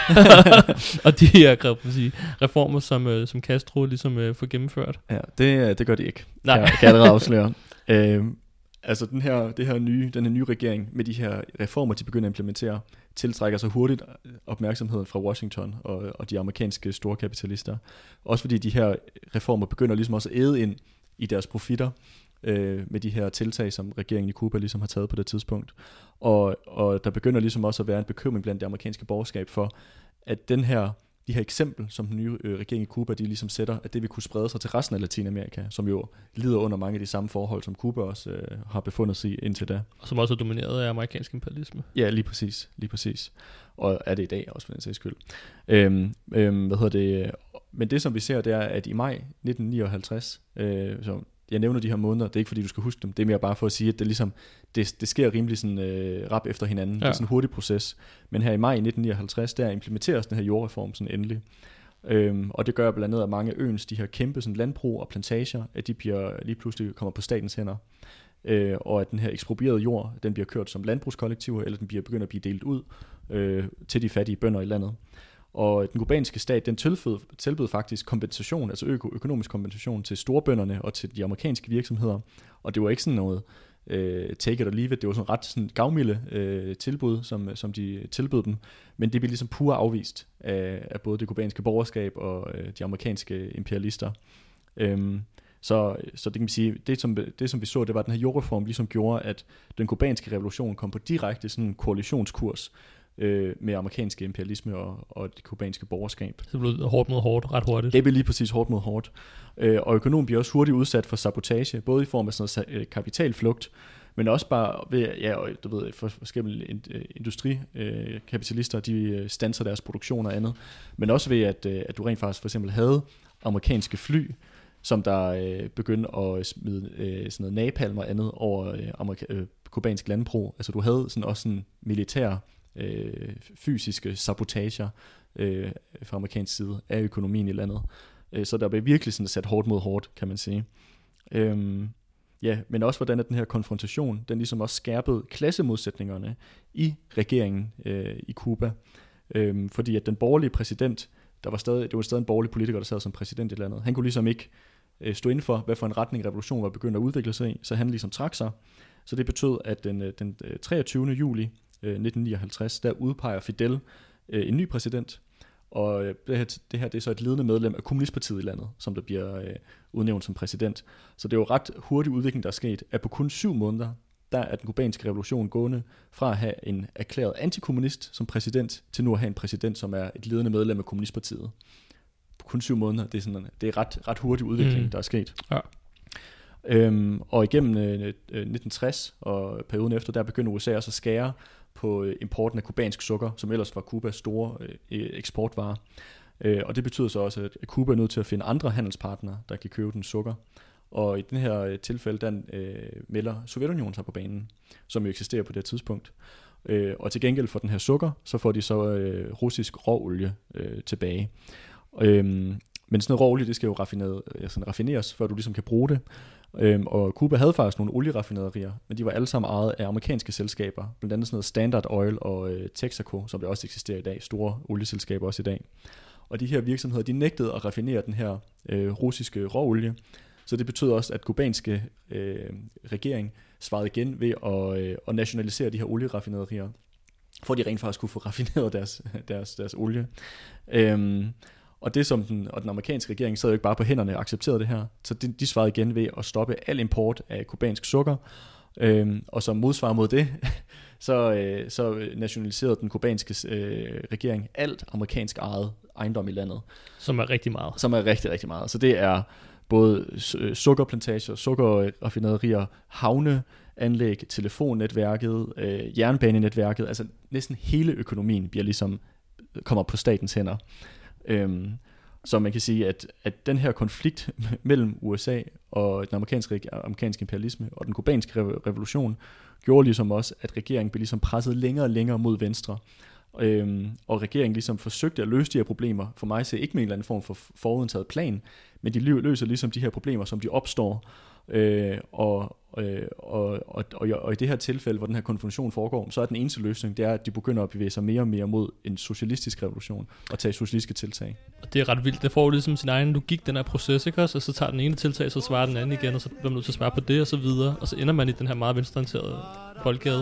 og de her kan man sige, reformer, som, øh, som Castro ligesom øh, får gennemført? Ja, det, det gør de ikke. Nej. Kan, kan jeg allerede afsløre. øh, altså den her, det her nye, den her nye regering med de her reformer, de begynder at implementere, tiltrækker sig hurtigt opmærksomheden fra Washington og, og de amerikanske storkapitalister. Også fordi de her reformer begynder ligesom også at æde ind i deres profitter, øh, med de her tiltag, som regeringen i Cuba ligesom har taget på det tidspunkt. Og, og der begynder ligesom også at være en bekymring blandt det amerikanske borgerskab for, at den her, de her eksempel, som den nye øh, regering i Cuba, de ligesom sætter, at det vil kunne sprede sig til resten af Latinamerika, som jo lider under mange af de samme forhold, som Cuba også øh, har befundet sig i indtil da. Og som også er domineret af amerikansk imperialisme. Ja, lige præcis, lige præcis. Og er det i dag også for den sags skyld. Øhm, øhm, hvad hedder det? Men det som vi ser, det er, at i maj nitten nioghalvtreds, øh, så jeg nævner de her måneder, det er ikke fordi du skal huske dem, det er mere bare for at sige, at det ligesom, det, det sker rimelig sådan øh, rap efter hinanden, ja. Det er sådan en hurtig proces. Men her i maj nitten nioghalvtreds, der implementeres den her jordreform sådan endelig. Øhm, og det gør blandt andet, at mange af øens, de her kæmpe sådan landbrug og plantager, at de bliver, lige pludselig kommer på statens hænder. Øh, og at den her eksproprierede jord, den bliver kørt som landbrugskollektiver, eller den bliver begyndt at blive delt ud øh, til de fattige bønder i landet. Og den kubanske stat, den tilbød, tilbød faktisk kompensation, altså ø- økonomisk kompensation til storbønderne og til de amerikanske virksomheder. Og det var ikke sådan noget øh, take it or leave it, det var sådan ret sådan gavmilde øh, tilbud, som, som de tilbød dem. Men det blev ligesom pure afvist af, af både det kubanske borgerskab og øh, de amerikanske imperialister. Øhm, så, så det kan man sige, det som, det som vi så, det var, at den her jordreform ligesom gjorde, at den kubanske revolution kom på direkte sådan en koalitionskurs øh, med amerikanske imperialisme og, og det kubanske borgerskab. Så det blev hårdt mod hårdt, ret hurtigt. Det blev lige præcis hårdt mod hårdt. Øh, og økonomien bliver også hurtigt udsat for sabotage, både i form af sådan noget kapitalflugt, men også bare ved, ja, du ved, for forskellige industrikapitalister, de standser deres produktion og andet, men også ved, at, at du rent faktisk for eksempel havde amerikanske fly, som der øh, begyndte at smide øh, sådan noget napalm og andet over øh, amerika- øh, kubansk landbrug. Altså du havde sådan også sådan militær øh, fysiske sabotager øh, fra amerikansk side af økonomien i landet. Øh, så der blev virkelig sådan sat hårdt mod hårdt, kan man sige. Øhm, ja, men også hvordan at den her konfrontation, den ligesom også skærpede klassemodsætningerne i regeringen øh, i Cuba. Øh, fordi at den borgerlige præsident, der var stadig, det var stadig en borgerlig politiker, der sad som præsident i landet, han kunne ligesom ikke øh, stå inden for, hvad for en retning revolutionen var begyndt at udvikle sig i, så han ligesom trak sig. Så det betød, at den, den treogtyvende juli øh, nitten nioghalvtreds, der udpeger Fidel øh, en ny præsident, og det her, det her det er så et ledende medlem af kommunistpartiet i landet, som der bliver øh, udnævnt som præsident. Så det er jo ret hurtig udvikling, der er sket, at på kun syv måneder, der er den kubanske revolution gående fra at have en erklæret antikommunist som præsident, til nu at have en præsident, som er et ledende medlem af kommunistpartiet. På kun syv måneder, det er, sådan, det er ret, ret hurtig udvikling, mm. der er sket. Ja. Øhm, og igennem øh, nitten tres og perioden efter, der begynder U S A også at skære på øh, importen af kubansk sukker, som ellers var Kubas store øh, eksportvare. Øh, og det betyder så også, at Cuba er nødt til at finde andre handelspartnere, der kan købe den sukker. Og i den her øh, tilfælde, der øh, melder Sovjetunionen sig på banen, som jo eksisterer på det tidspunkt. Øh, og til gengæld for den her sukker, så får de så øh, russisk råolie øh, tilbage. Øh, men sådan noget råolie, det skal jo raffineret, øh, sådan raffineres, før du ligesom kan bruge det. Øhm, og Cuba havde faktisk nogle olieraffinaderier, men de var alle sammen ejet af amerikanske selskaber, blandt andet sådan noget Standard Oil og øh, Texaco, som det også eksisterer i dag, store olieselskaber også i dag. Og de her virksomheder, de nægtede at raffinere den her øh, russiske råolie, så det betød også, at kubanske øh, regering svarede igen ved at, øh, at nationalisere de her olieraffinaderier, for at de rent faktisk kunne få raffineret deres, deres, deres olie. Øhm, Og det som den, og den amerikanske regering sad jo ikke bare på hænderne og accepterede det her, så de, de svarede igen ved at stoppe al import af kubansk sukker, øhm, og som modsvar mod det, så, øh, så nationaliserede den kubanske øh, regering alt amerikansk ejet ejendom i landet. Som er rigtig meget. Som er rigtig, rigtig meget. Så det er både sukkerplantager, sukkerraffinaderier, havneanlæg, telefonnetværket, øh, jernbanenetværket, altså næsten hele økonomien bliver ligesom, kommer på statens hænder. Øhm, så man kan sige, at, at den her konflikt mellem U S A og den amerikanske, amerikanske imperialisme og den kubanske revolution gjorde ligesom også, at regeringen blev ligesom presset længere og længere mod venstre. Øhm, og regeringen ligesom forsøgte at løse de her problemer, for mig ser ikke med en eller anden form for forudtaget plan, men de løser ligesom de her problemer, som de opstår, øh, og, Øh, og, og, og, og i det her tilfælde, hvor den her konfrontation foregår, så er den eneste løsning, det er, at de begynder at bevæge sig mere og mere mod en socialistisk revolution og tage socialistiske tiltag. Og det er ret vildt. Det får jo ligesom sin egen logik, den her proces, ikke også? Og så tager den ene tiltag, så svarer den anden igen, og så bliver man nødt til at svare på det, og så videre. Og så ender man i den her meget venstreorienterede boldgade.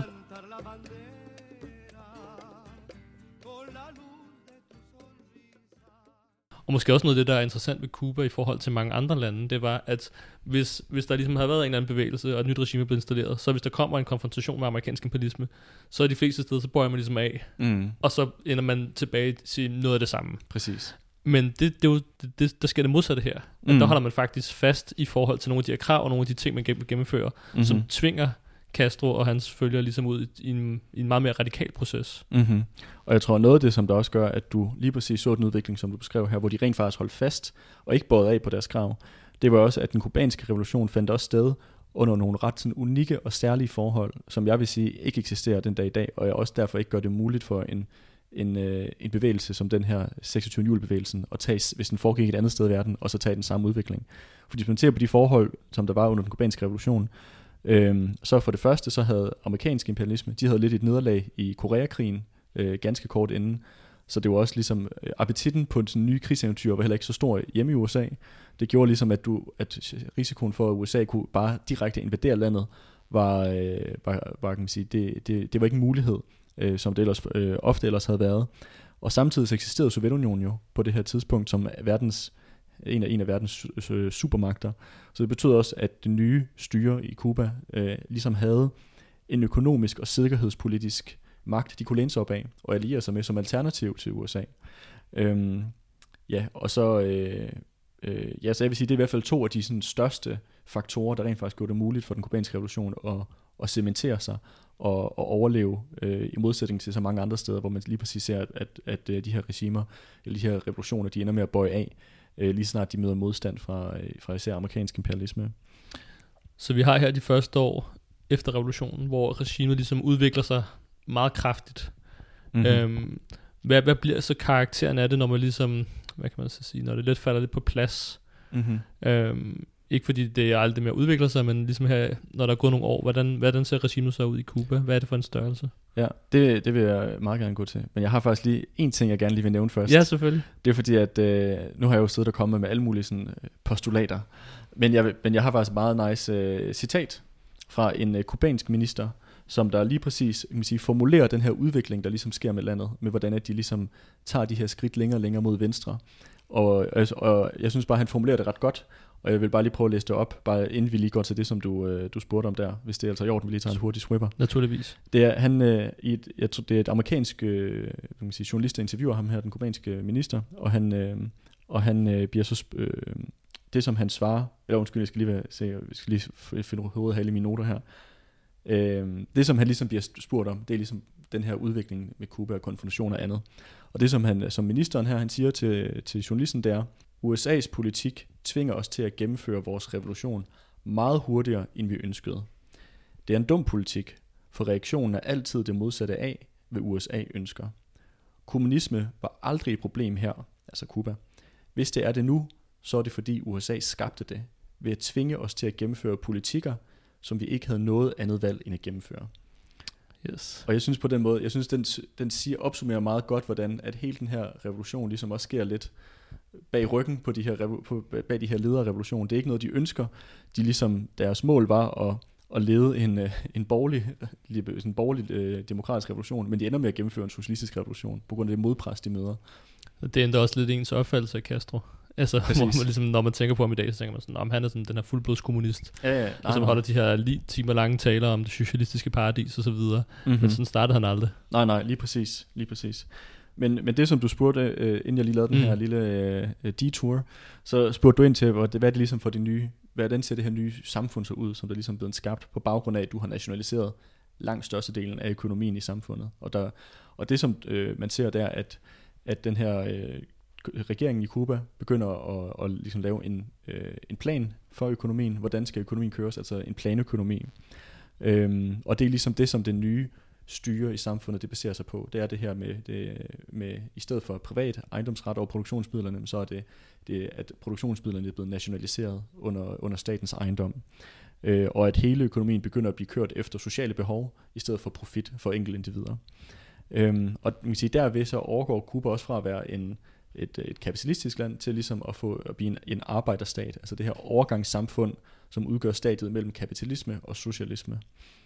Og måske også noget af det, der er interessant ved Cuba i forhold til mange andre lande, det var, at hvis, hvis der ligesom havde været en eller anden bevægelse, og et nyt regime blev installeret, så hvis der kommer en konfrontation med amerikansk imperialisme, så er de fleste steder, så bøjer man ligesom af, mm. og så ender man tilbage til noget af det samme. Præcis. Men det, det er jo, det, der sker det modsatte her. Mm. At der holder man faktisk fast i forhold til nogle af de her krav, og nogle af de ting, man gennemfører, mm-hmm. som tvinger Castro og hans følgere ligesom ud i en, i en meget mere radikal proces. Mm-hmm. Og jeg tror noget af det, som der også gør, at du lige præcis så den udvikling, som du beskrev her, hvor de rent faktisk holdt fast og ikke båret af på deres krav, det var også, at den kubanske revolution fandt også sted under nogle ret sådan unikke og særlige forhold, som jeg vil sige ikke eksisterer den dag i dag, og jeg også derfor ikke gør det muligt for en, en, øh, en bevægelse som den her seksogtyvende juli-bevægelsen at tage, hvis den foregik et andet sted i verden, og så tage den samme udvikling. Fordi hvis man ser på de forhold, som der var under den kubanske revolution, Øhm, så for det første, så havde amerikansk imperialisme, de havde lidt et nederlag i Koreakrigen, øh, ganske kort inden, så det var også ligesom, øh, appetitten på sådan nye krigseventyr var heller ikke så stor hjemme i U S A. Det gjorde ligesom, at, du, at risikoen for, at U S A kunne bare direkte invadere landet, var, øh, var, var kan man sige, det, det, det var ikke en mulighed, øh, som det ellers, øh, ofte ellers havde været. Og samtidig så eksisterede Sovjetunionen jo på det her tidspunkt som verdens En af, en af verdens supermagter. Så det betød også, at det nye styre i Cuba øh, ligesom havde en økonomisk og sikkerhedspolitisk magt, de kunne læne sig op af og alliere sig med som alternativ til U S A. Øhm, ja, og så, øh, øh, ja, så jeg vil sige, det er i hvert fald to af de sådan, største faktorer, der rent faktisk gjorde det muligt for den kubanske revolution at, at cementere sig og, og overleve øh, i modsætning til så mange andre steder, hvor man lige præcis ser, at, at, at de her regimer, eller de her revolutioner, de ender med at bøje af, lige snart de møder modstand fra, fra især amerikansk imperialisme. Så vi har her de første år efter revolutionen, hvor regimet ligesom udvikler sig meget kraftigt. Mm-hmm. Øhm, hvad, hvad bliver så karakteren af det, når man ligesom, hvad kan man så sige, når det lidt falder lidt på plads? Mm-hmm. Øhm, ikke fordi det er aldrig mere udvikler sig, men ligesom her, når der er gået nogle år, hvordan, hvordan ser regimet så ud i Cuba? Hvad er det for en størrelse? Ja, det, det vil jeg meget gerne gå til. Men jeg har faktisk lige en ting, jeg gerne lige vil nævne først. Ja, selvfølgelig. Det er fordi, at øh, nu har jeg jo siddet og kommet med alle mulige sådan, postulater. Men jeg, men jeg har faktisk meget nice øh, citat fra en øh, kubansk minister, som der lige præcis kan man sige, formulerer den her udvikling, der ligesom sker med landet, med hvordan at de ligesom tager de her skridt længere og længere mod venstre. Og, og, og jeg synes bare, han formulerer det ret godt. Og jeg vil bare lige prøve at læse det op, bare inden vi lige går til det, som du, øh, du spurgte om der, hvis det er altså i orden, vi lige tager en hurtig swipper. Naturligvis. Det er, han, øh, i et, jeg tror, det er et amerikansk øh, kan man sige, journalist, der interviewer ham her, den kubanske minister, og han, øh, og han øh, bliver så, øh, det som han svarer, eller undskyld, jeg skal lige, være, se, jeg skal lige finde hovedet af alle mine noter her, øh, det som han ligesom bliver spurgt om, det er ligesom den her udvikling med Cuba og konfrontation og andet. Og det som han, som ministeren her, han siger til, til journalisten, det er, U S A's politik tvinger os til at gennemføre vores revolution meget hurtigere, end vi ønskede. Det er en dum politik, for reaktionen er altid det modsatte af, hvad U S A ønsker. Kommunisme var aldrig et problem her, altså Cuba. Hvis det er det nu, så er det fordi U S A skabte det, ved at tvinge os til at gennemføre politikker, som vi ikke havde noget andet valg end at gennemføre. Yes. Og jeg synes på den måde, jeg synes den, den siger, opsummerer meget godt, hvordan at hele den her revolution ligesom også sker lidt bag ryggen på de her, på, bag de her ledere af revolutionen. Det er ikke noget, de ønsker. De ligesom, deres mål var at, at lede en, en borgerlig, en borgerlig øh, demokratisk revolution, men de ender med at gennemføre en socialistisk revolution, på grund af det modpres, de møder. Det ændrer også lidt ens opfattelse af Castro. Altså, hvor man ligesom, når man tænker på ham i dag, så tænker man sådan, om han er sådan den her fuldblodskommunist, ja, ja, og som holder de her lige timer lange taler om det socialistiske paradis og så videre. Mm-hmm. Men sådan startede han aldrig. Nej, nej, lige præcis, lige præcis. Men, men det som du spurgte, øh, inden jeg lige lavede den mm. her lille øh, detour, så spurgte du ind til, hvad det er det ligesom for det nye, hvordan ser det her nye samfund så ud, som der ligesom er blevet skabt på baggrund af, at du har nationaliseret langt størstedelen af økonomien i samfundet. Og, der, og det som øh, man ser der, at, at den her øh, regeringen i Cuba begynder at, at ligesom lave en, øh, en plan for økonomien, hvordan skal økonomien køres, altså en planøkonomi. Øhm, og det er ligesom det, som det nye styre i samfundet, det baserer sig på. Det er det her med, det, med i stedet for privat ejendomsret over produktionsmidlerne, så er det, det at produktionsmidlerne er blevet nationaliseret under, under statens ejendom. øh, og at hele økonomien begynder at blive kørt efter sociale behov, i stedet for profit for enkelte individer. Øhm, og man kan sige, derved så overgår Cuba også fra at være en, et, et kapitalistisk land, til ligesom at, få, at blive en, en arbejderstat, altså det her overgangssamfund, som udgør stadiet mellem kapitalisme og socialisme.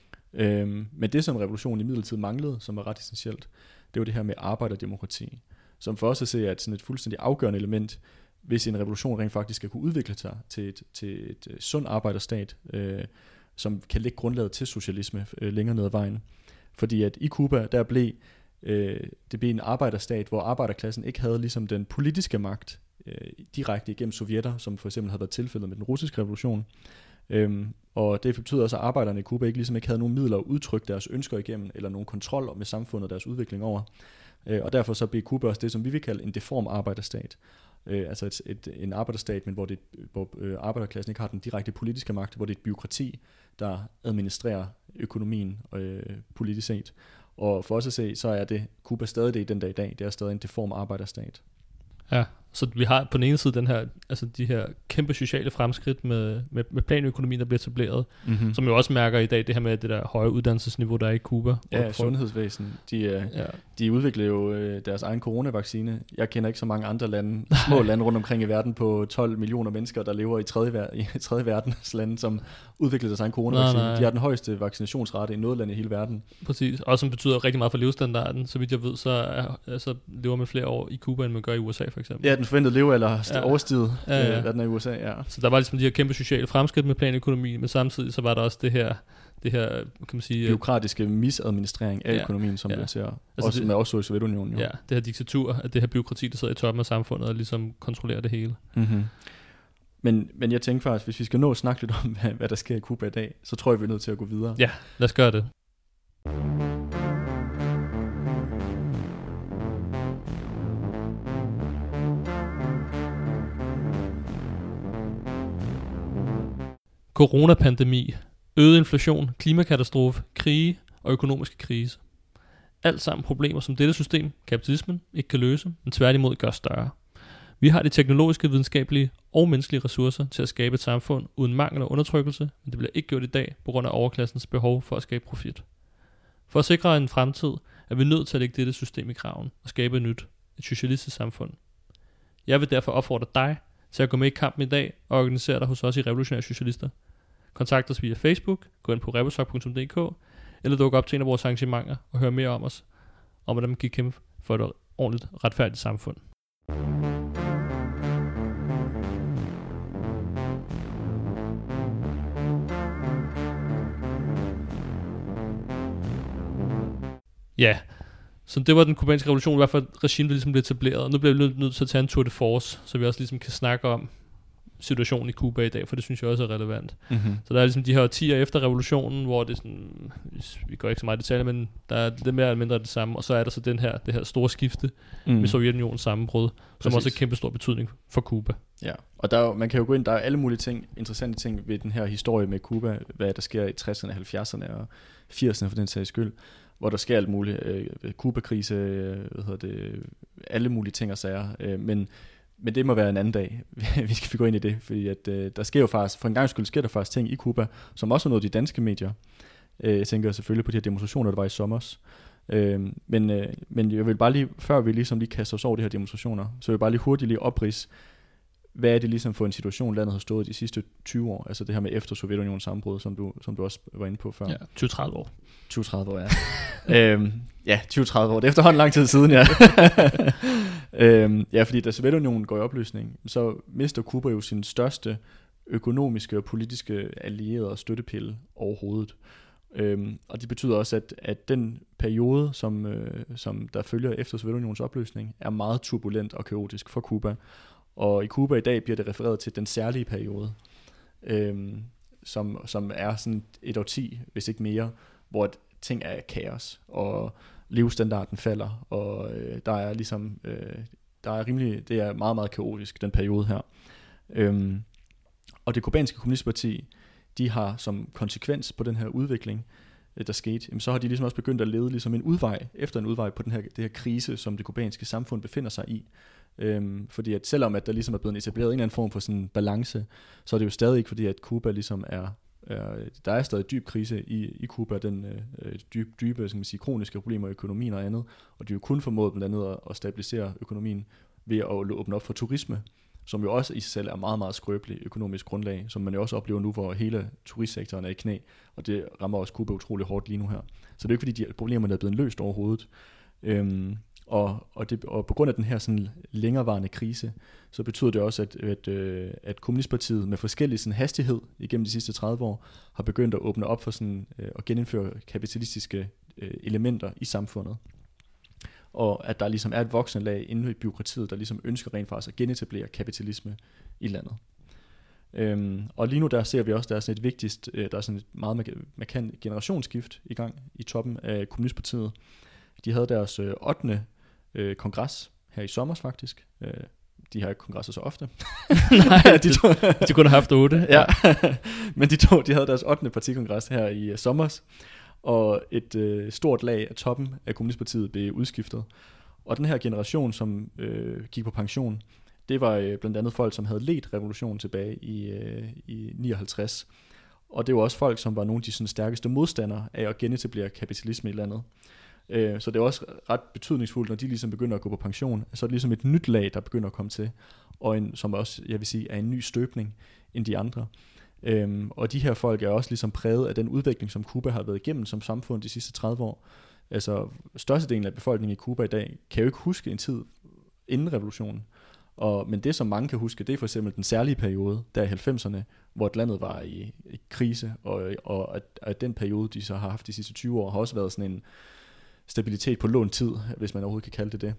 Øhm, men det, som revolutionen i midlertid manglede, som var ret essentielt, det var det her med arbejderdemokrati, som for os at se er et, sådan et fuldstændig afgørende element, hvis en revolution rent faktisk skal kunne udvikle sig til et, til et sund arbejderstat, øh, som kan lægge grundlaget til socialisme øh, længere ned ad vejen. Fordi at i Cuba, der blev øh, det blev en arbejderstat, hvor arbejderklassen ikke havde ligesom den politiske magt øh, direkte igennem sovjetter, som for eksempel havde været tilfældet med den russiske revolution. Øhm, og det betyder også, at arbejderne i Cuba ikke ligesom ikke havde nogen midler at udtrykke deres ønsker igennem, eller nogen kontrol med samfundet og deres udvikling over. Øh, og derfor så blev Cuba også det, som vi vil kalde en deform arbejderstat. Øh, altså et, et, en arbejderstat, men hvor, det, hvor øh, arbejderklassen ikke har den direkte politiske magt, hvor det er et byråkrati, der administrerer økonomien øh, politisk set. Og for os at se, så er det Cuba stadig det i den dag i dag. Det er stadig en deform arbejderstat. Ja, så vi har på den ene side den her, altså de her kæmpe sociale fremskridt med, med, med planøkonomien, der bliver etableret, mm-hmm. som jo også mærker i dag det her med det der høje uddannelsesniveau, der er i Cuba. Ja, sundhedsvæsen. De, ja. de udvikler jo øh, deres egen coronavaccine. Jeg kender ikke så mange andre lande, små lande rundt omkring i verden på tolv millioner mennesker, der lever i tredje, i tredje verdens lande, som udvikler deres egen coronavaccine. Nej, nej. De har den højeste vaccinationsrate i noget land i hele verden. Præcis, og som betyder rigtig meget for levestandarden. Så vidt jeg ved, så, er, så lever man flere år i Cuba, end man gør i U S A for eksempel. Ja, den forventede levealder har ja. overstiget, ja, ja. Øh, hvad den er i U S A, ja. Så der var ligesom de her kæmpe sociale fremskridt med planøkonomi, men samtidig så var der også det her, det her kan man sige... Bureaukratiske misadministrering af ja. økonomien, som ja. det ser. Altså også det, med også i Sovjetunionen. Jo. Ja, det her diktatur, at det her bureaukrati, der sidder i toppen af samfundet og ligesom kontrollerer det hele. Mm-hmm. Men, men jeg tænker faktisk, hvis vi skal nå at snakke lidt om, hvad, hvad der sker i Cuba i dag, så tror jeg, vi er nødt til at gå videre. Ja, lad os gøre det. Coronapandemi, øget inflation, klimakatastrofe, krige og økonomiske krise. Alt sammen problemer, som dette system, kapitalismen, ikke kan løse, men tværtimod gør større. Vi har de teknologiske, videnskabelige og menneskelige ressourcer til at skabe et samfund uden mangel og undertrykkelse, men det bliver ikke gjort i dag på grund af overklassens behov for at skabe profit. For at sikre en fremtid er vi nødt til at lægge dette system i kraven og skabe et nyt, et socialistisk samfund. Jeg vil derfor opfordre dig til at gå med i kampen i dag og organisere dig hos os i Revolutionære Socialister. Kontakt os via Facebook, gå ind på revolusoc punktum d k, eller duk op til en af vores arrangementer og hør mere om os, om hvordan man kan kæmpe for et ordentligt, retfærdigt samfund. Ja, så det var den kubanske revolution, i hvert fald regimet ligesom blev etableret, og nu bliver vi nødt til at tage en tour de force, så vi også ligesom kan snakke om situationen i Cuba i dag, for det synes jeg også er relevant. Mm-hmm. Så der er ligesom de her årtier efter revolutionen, hvor det sådan, vi går ikke så meget i detaljer, men der er lidt mere eller mindre det samme, og så er der så den her, det her store skifte mm. med Sovjetunionens sammenbrud, som også har kæmpe stor betydning for Cuba. Ja, og der er, man kan jo gå ind, der er alle mulige ting, interessante ting ved den her historie med Cuba, hvad der sker i tresserne, halvfjerdserne og firserne for den sags skyld, hvor der sker alt muligt, øh, Cuba-krise, øh, hvad hedder det, alle mulige ting og sager, øh, men Men det må være en anden dag, vi skal gå ind i det, fordi at, øh, der sker jo faktisk, for en gang skyld sker der faktisk ting i Cuba, som også er noget af de danske medier. Øh, jeg tænker selvfølgelig på de her demonstrationer, der var i sommer. Øh, men, øh, men jeg vil bare lige, før vi ligesom lige kaster os over de her demonstrationer, så vil jeg bare lige hurtigt lige oprids, hvad er det ligesom for en situation, landet har stået i de sidste tyve år, altså det her med efter Sovjetunionens sammenbrud, som du, som du også var inde på før. Ja, tyve til tredive år. tyve til tredive år, ja. øhm, ja, tyve til tredive år. Det er efterhånden lang tid siden, ja. øhm, ja, fordi da Sovjetunionen går i opløsning, så mister Cuba jo sin største økonomiske og politiske allierede og støttepille overhovedet. Øhm, og det betyder også, at, at den periode, som, øh, som der følger efter Sovjetunionens opløsning, er meget turbulent og kaotisk for Cuba. Og i Cuba i dag bliver det refereret til den særlige periode, øhm, som, som er sådan et årti, hvis ikke mere, hvor ting er kaos, og levestandarden falder, og øh, der er ligesom, øh, der er rimelig, det er meget, meget kaotisk, den periode her. Øhm, og det kubanske kommunistparti, de har som konsekvens på den her udvikling, øh, der skete, jamen, så har de ligesom også begyndt at lede ligesom en udvej, efter en udvej på den her, det her krise, som det kubanske samfund befinder sig i. Øhm, fordi at selvom at der ligesom er blevet etableret en eller anden form for sådan balance, så er det jo stadig ikke fordi at Cuba ligesom er Der er stadig dyb krise i, i Cuba, den øh, dyb, dybe, skal man sige, kroniske problemer i økonomien og andet, og de er jo kun formået blandt andet at, at stabilisere økonomien ved at åbne op for turisme, som jo også i sig selv er meget, meget skrøbelig økonomisk grundlag, som man jo også oplever nu, hvor hele turistsektoren er i knæ, og det rammer også Cuba utrolig hårdt lige nu her. Så det er jo ikke fordi, de problemerne er blevet løst overhovedet. Øhm, og, og, det, og på grund af den her sådan længerevarende krise, så betyder det også, at, at, at Kommunistpartiet med forskellig sådan hastighed igennem de sidste tredive år, har begyndt at åbne op for sådan, at genindføre kapitalistiske elementer i samfundet. Og at der ligesom er et voksende lag inde i byråkratiet, der ligesom ønsker rent faktisk at genetablere kapitalisme i landet. Øhm, og lige nu der ser vi også, der er sådan et vigtigt, der er sådan et meget markant generationsskift i gang i toppen af Kommunistpartiet. De havde deres øh, ottende Øh, kongres her i sommer faktisk. Øh, de har ikke kongresser så ofte. Nej, de, to, de kunne have haft otte. Ja, men de to, de havde deres ottende partikongres her i uh, sommer, og et øh, stort lag af toppen af Kommunistpartiet blev udskiftet. Og den her generation, som øh, gik på pension, det var øh, blandt andet folk, som havde ledt revolutionen tilbage i, øh, i nioghalvtreds. Og det var også folk, som var nogle af de sådan, stærkeste modstandere af at genetablere kapitalisme i landet. Så det er også ret betydningsfuldt, når de ligesom begynder at gå på pension, så er det ligesom et nyt lag, der begynder at komme til, og en, som også, jeg vil sige, er en ny støbning end de andre. Øhm, og de her folk er også ligesom præget af den udvikling, som Cuba har været igennem som samfund de sidste tredive år. Altså størstedelen af befolkningen i Cuba i dag kan jo ikke huske en tid inden revolutionen. Og, men det, som mange kan huske, det er for eksempel den særlige periode, der i halvfemserne, hvor landet var i, i krise, og, og at, at den periode, de så har haft de sidste tyve år, har også været sådan en stabilitet på lånt tid, hvis man overhovedet kan kalde det det.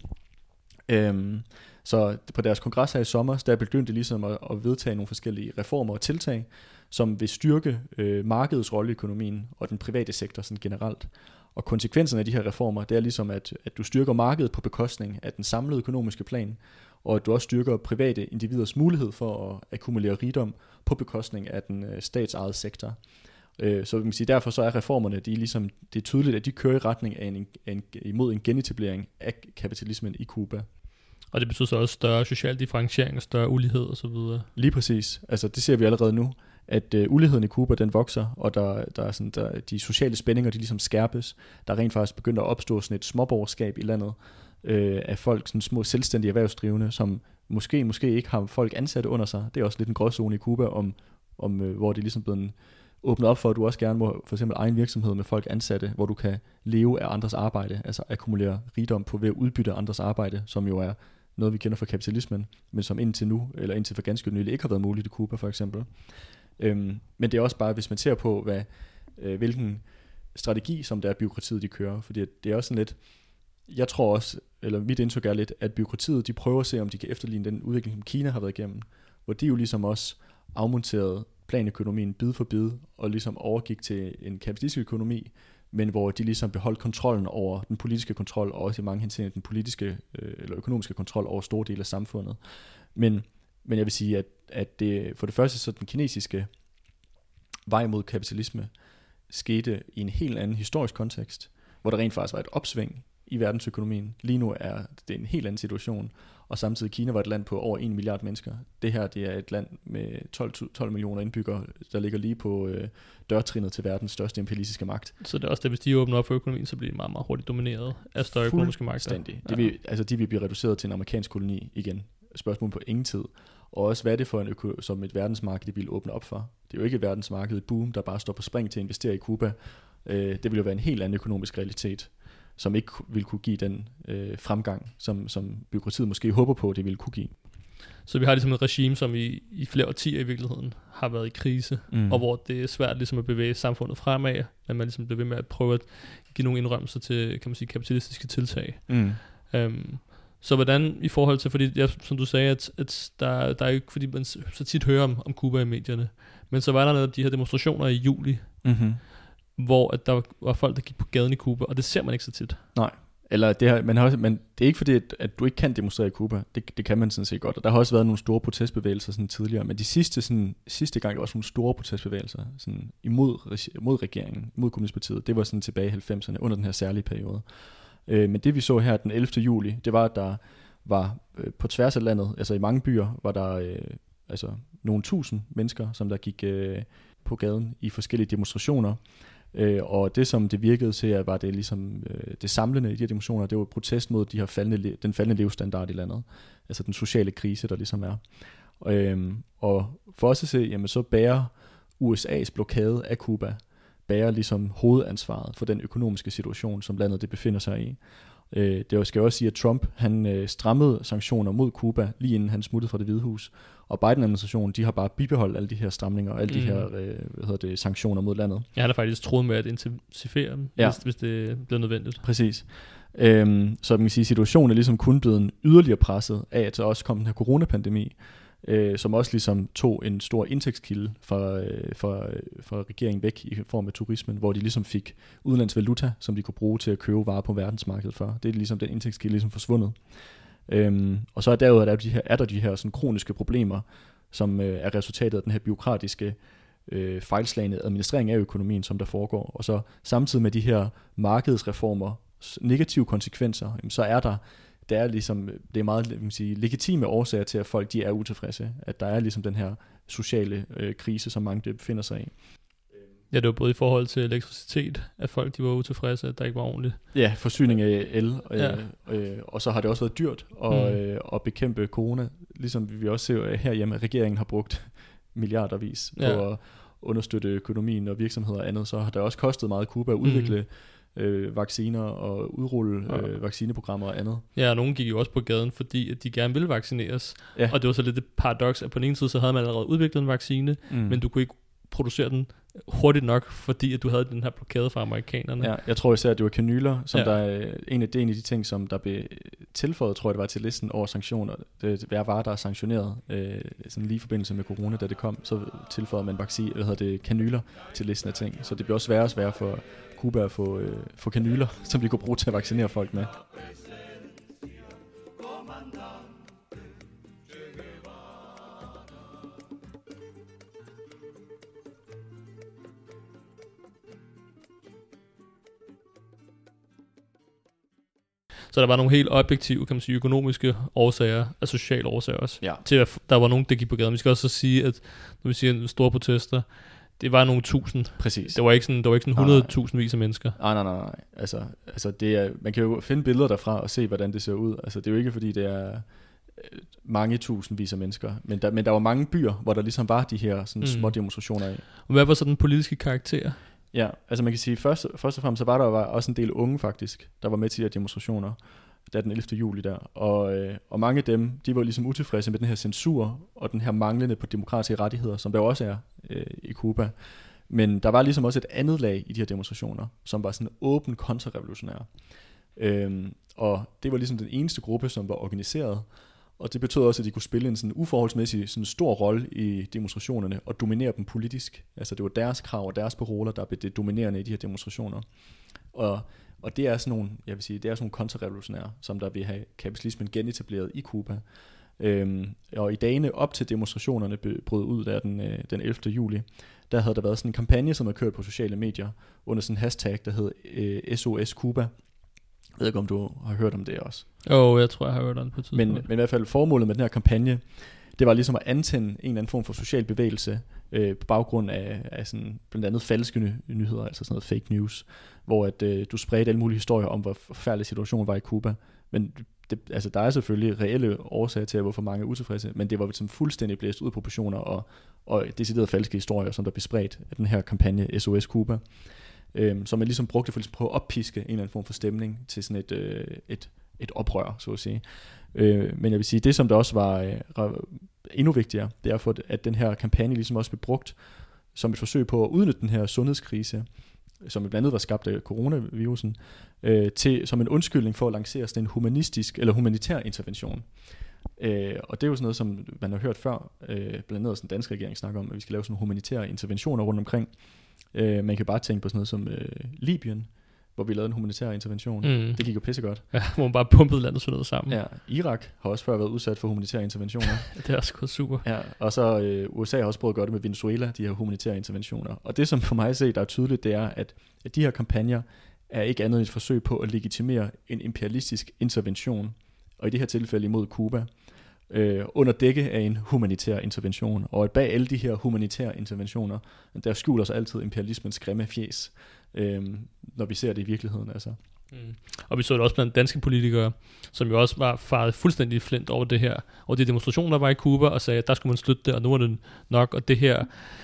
Øhm, så på deres kongres her i sommer, der begyndte ligesom at, at vedtage nogle forskellige reformer og tiltag, som vil styrke øh, markedets rolle i økonomien og den private sektor sådan generelt. Og konsekvensen af de her reformer, det er ligesom, at, at du styrker markedet på bekostning af den samlede økonomiske plan, og at du også styrker private individers mulighed for at akkumulere rigdom på bekostning af den øh, statsejede sektor. Så man kan sige, derfor så er reformerne, de er ligesom, det er tydeligt, at de kører i retning af en, en, imod en genetablering af kapitalismen i Cuba. Og det betyder så også større social differentiering og større ulighed og så videre. Lige præcis. Altså det ser vi allerede nu, at uh, uligheden i Cuba, den vokser, og der, der er sådan, der, de sociale spændinger, de ligesom skærpes. Der er rent faktisk begyndt at opstå sådan et småborgerskab i landet øh, af folk, sådan små selvstændige erhvervsdrivende, som måske, måske ikke har folk ansatte under sig. Det er også lidt en gråzone i Cuba, om, om, øh, hvor det ligesom blevet en åbne op for, at du også gerne må for eksempel egen virksomhed med folk ansatte, hvor du kan leve af andres arbejde, altså akkumulere rigdom på ved at udbytte andres arbejde, som jo er noget, vi kender fra kapitalismen, men som indtil nu, eller indtil for ganske nylig, ikke har været muligt i Cuba for eksempel. Øhm, men det er også bare, hvis man ser på, hvad, øh, hvilken strategi, som der er byråkratiet, de kører, fordi det er også sådan lidt, jeg tror også, eller mit indtryk er lidt, at byråkratiet, de prøver at se, om de kan efterligne den udvikling, som Kina har været igennem, hvor de jo ligesom også afmonterede planøkonomien bid for bid, og ligesom overgik til en kapitalistisk økonomi, men hvor de ligesom beholdt kontrollen over den politiske kontrol, og også i mange henseender den politiske øh, eller økonomiske kontrol over store dele af samfundet. Men, men jeg vil sige, at, at det, for det første så den kinesiske vej mod kapitalisme skete i en helt anden historisk kontekst, hvor der rent faktisk var et opsving i verdensøkonomien. Lige nu er det en helt anden situation, og samtidig Kina var et land på over en milliard mennesker. Det her, det er et land med tolv, tolv millioner indbyggere, der ligger lige på øh, dørtrinnet til verdens største imperialistiske magt. Så det er også det, hvis de åbner op for økonomien, så bliver de meget, meget hurtigt domineret af større økonomiske magter. Fuldstændig. Ja. De, altså, de vil blive reduceret til en amerikansk koloni igen. Spørgsmål på ingen tid. Og også hvad er det for en øko- som et verdensmarked, de vil åbne op for. Det er jo ikke et verdensmarked, et boom, der bare står på spring til at investere i Cuba. Øh, det vil jo være en helt anden økonomisk realitet, som ikke vil kunne give den øh, fremgang, som, som bureaukratiet måske håber på, det vil kunne give. Så vi har ligesom et regime, som i, i flere årtier i virkeligheden har været i krise, mm. og hvor det er svært ligesom at bevæge samfundet fremad, at man ligesom bliver ved med at prøve at give nogle indrømmelser til, kan man sige, kapitalistiske tiltag. Mm. Um, så hvordan i forhold til, fordi ja, som du sagde, at, at der, der er jo ikke, fordi man så tit hører om, om Cuba i medierne, men så var der noget de her demonstrationer i juli, mm-hmm. hvor at der var folk, der gik på gaden i Cuba, og det ser man ikke så tit. Nej, eller det, har, man har også, men det er ikke fordi, at, at du ikke kan demonstrere i Cuba. Det, det kan man sådan set godt, og der har også været nogle store protestbevægelser sådan tidligere, men de sidste, sådan, sidste gang, der var også nogle store protestbevægelser sådan, imod, imod regeringen, imod Kommunistpartiet, det var sådan tilbage i halvfemserne, under den her særlige periode. Øh, men det vi så her den ellevte juli, det var, at der var øh, på tværs af landet, altså i mange byer, var der øh, altså nogle tusind mennesker, som der gik, øh, på gaden i forskellige demonstrationer. Øh, og det som det virkede til, at var det ligesom øh, det samlende i de her demonstrationer, det var protest mod de her faldende, den faldende levestandard i landet. Altså den sociale krise, der ligesom er. Øh, og for os at se, jamen så bærer U S A's blokade af Cuba, bærer ligesom hovedansvaret for den økonomiske situation, som landet det befinder sig i. Øh, det skal jeg også sige, at Trump han øh, strammede sanktioner mod Cuba, lige inden han smuttede fra Det Hvide Hus. Og Biden-administrationen, de har bare bibeholdt alle de her stramninger og alle mm. de her øh, hvad hedder det, sanktioner mod landet. Jeg har faktisk troet med at intensivere dem, ja. hvis, hvis det bliver nødvendigt. Præcis. Øhm, så man kan sige, at situationen er ligesom kun blevet yderligere presset af, at der også kom den her coronapandemi, øh, som også ligesom tog en stor indtægtskilde fra, øh, fra, øh, fra regeringen væk i form af turismen, hvor de ligesom fik udenlandsvaluta, som de kunne bruge til at købe varer på verdensmarkedet for. Det er ligesom den indtægtskilde ligesom forsvundet. Øhm, og så er derudover er der de her, er der de her sådan kroniske problemer, som øh, er resultatet af den her byråkratiske øh, fejlslagende administrering af økonomien, som der foregår. Og så samtidig med de her markedsreformer negative konsekvenser, jamen, så er der der er ligesom det er meget vil man sige, legitime årsager til, at folk de er utilfredse, at der er ligesom den her sociale øh, krise, som mange befinder sig i. Ja, det var både i forhold til elektricitet, at folk de var utilfredse, at der ikke var ordentligt. Ja, forsyning af el, øh, ja. øh, og så har det også været dyrt at, mm. øh, at bekæmpe corona, ligesom vi også ser herhjemme, at regeringen har brugt milliardervis på ja. at understøtte økonomien og virksomheder og andet, så har det også kostet meget Cuba at udvikle mm. Øh, vacciner og udrulle øh, ja. vaccineprogrammer og andet. Ja, og nogen gik jo også på gaden, fordi at de gerne ville vaccineres. Ja. Og det var så lidt et paradoks, at på den ene side, så havde man allerede udviklet en vaccine, mm. men du kunne ikke producere den hurtigt nok, fordi at du havde den her blokade fra amerikanerne. Ja, jeg tror især, at det var kanyler, som ja. der er en af, det er en af de ting, som der blev tilføjet, tror jeg, det var til listen over sanktioner. Det hvad var der er sanktioneret, øh, sådan lige i forbindelse med corona, da det kom, så tilføjede man vaccine, hvad hedder det, kanyler til listen af ting. Så det bliver også sværere og sværere for Cuba at få, øh, få kanyler, som de kunne bruge til at vaccinere folk med. Så der var nogle helt objektive, kan man sige, økonomiske årsager, og sociale årsager også, ja. til at der var nogen, der gik på gaden. Vi skal også så sige, at når vi siger store protester, det var nogle tusind. Præcis. Det var ikke sådan, det var ikke sådan hundrede tusind vis af mennesker. Nej, nej, nej, nej. Altså, altså det er, man kan jo finde billeder derfra og se, hvordan det ser ud. Altså, det er jo ikke, fordi det er mange tusindvis af mennesker, men der, men der var mange byer, hvor der ligesom var de her sådan, mm. små demonstrationer af. Og hvad var så den politiske karakter? Ja, altså man kan sige, først, først og fremmest, så var der jo også en del unge faktisk, der var med til de her demonstrationer, der den ellevte juli der, og, øh, og mange af dem, de var ligesom utilfredse med den her censur, og den her manglende på demokratiske rettigheder, som der også er øh, i Cuba. Men der var ligesom også et andet lag i de her demonstrationer, som var sådan åben kontrarevolutionære. Øhm, og det var ligesom den eneste gruppe, som var organiseret, og det betød også, at de kunne spille en sådan uforholdsmæssig sådan stor rolle i demonstrationerne og dominere dem politisk. Altså det var deres krav og deres paroler, der blev det dominerende i de her demonstrationer. Og, og det er sådan nogle, jeg vil sige, det er sådan nogle kontrarevolutionære, som der vil have kapitalismen genetableret i Cuba. Øhm, og i dagene op til demonstrationerne brød ud der den, øh, den ellevte juli, der havde der været sådan en kampagne, som havde kørt på sociale medier under sådan en hashtag, der hed øh, S O S Cuba. Jeg ved ikke, om du har hørt om det også. Åh, oh, jeg tror, jeg har hørt om det på et tidspunkt. Men, men i hvert fald formålet med den her kampagne, det var ligesom at antænde en eller anden form for social bevægelse øh, på baggrund af, af sådan, blandt andet falske nyheder, altså sådan noget fake news, hvor at, øh, du spredte alle mulige historier om, hvor forfærdelig situationen var i Cuba. Men det, altså, der er selvfølgelig reelle årsager til, hvorfor mange er utilfredse, men det var ligesom fuldstændig blæst ud af proportioner og, og decideret falske historier, som der blev spredt af den her kampagne S O S Cuba. Øhm, som man ligesom brugte for ligesom at prøve at oppiske en eller anden form for stemning til sådan et, øh, et, et oprør, så at sige. Øh, men jeg vil sige, det som der også var øh, endnu vigtigere, det er for, at den her kampagne ligesom også blev brugt som et forsøg på at udnytte den her sundhedskrise, som blandt andet var skabt af coronavirusen, øh, til, som en undskyldning for at lancere sådan en humanistisk eller humanitær intervention. Øh, og det er jo sådan noget, som man har hørt før, øh, blandt andet også den danske regering snakker om, at vi skal lave sådan nogle humanitære interventioner rundt omkring. Uh, man kan bare tænke på sådan noget som uh, Libyen, hvor vi lavede en humanitær intervention. Mm. Det gik jo pissegodt. Ja, hvor man bare pumpede landet sådan noget sammen. Ja, Irak har også før været udsat for humanitære interventioner. Det er også gået super. Ja, og så uh, U S A har også prøvet at gøre det med Venezuela, de her humanitære interventioner. Og det som for mig at se, der er tydeligt, det er, at, at de her kampagner er ikke andet end et forsøg på at legitimere en imperialistisk intervention, og i det her tilfælde imod Cuba. øh, under dække af en humanitær intervention. Og at bag alle de her humanitære interventioner, der skjuler sig altid imperialismens grimme fjes, øh, når vi ser det i virkeligheden. Altså. Mm. Og vi så det også blandt danske politikere, som jo også var faret fuldstændig flint over det her, og de demonstrationer, der var i Cuba, og sagde, at der skulle man støtte det, og nu er det nok, og det her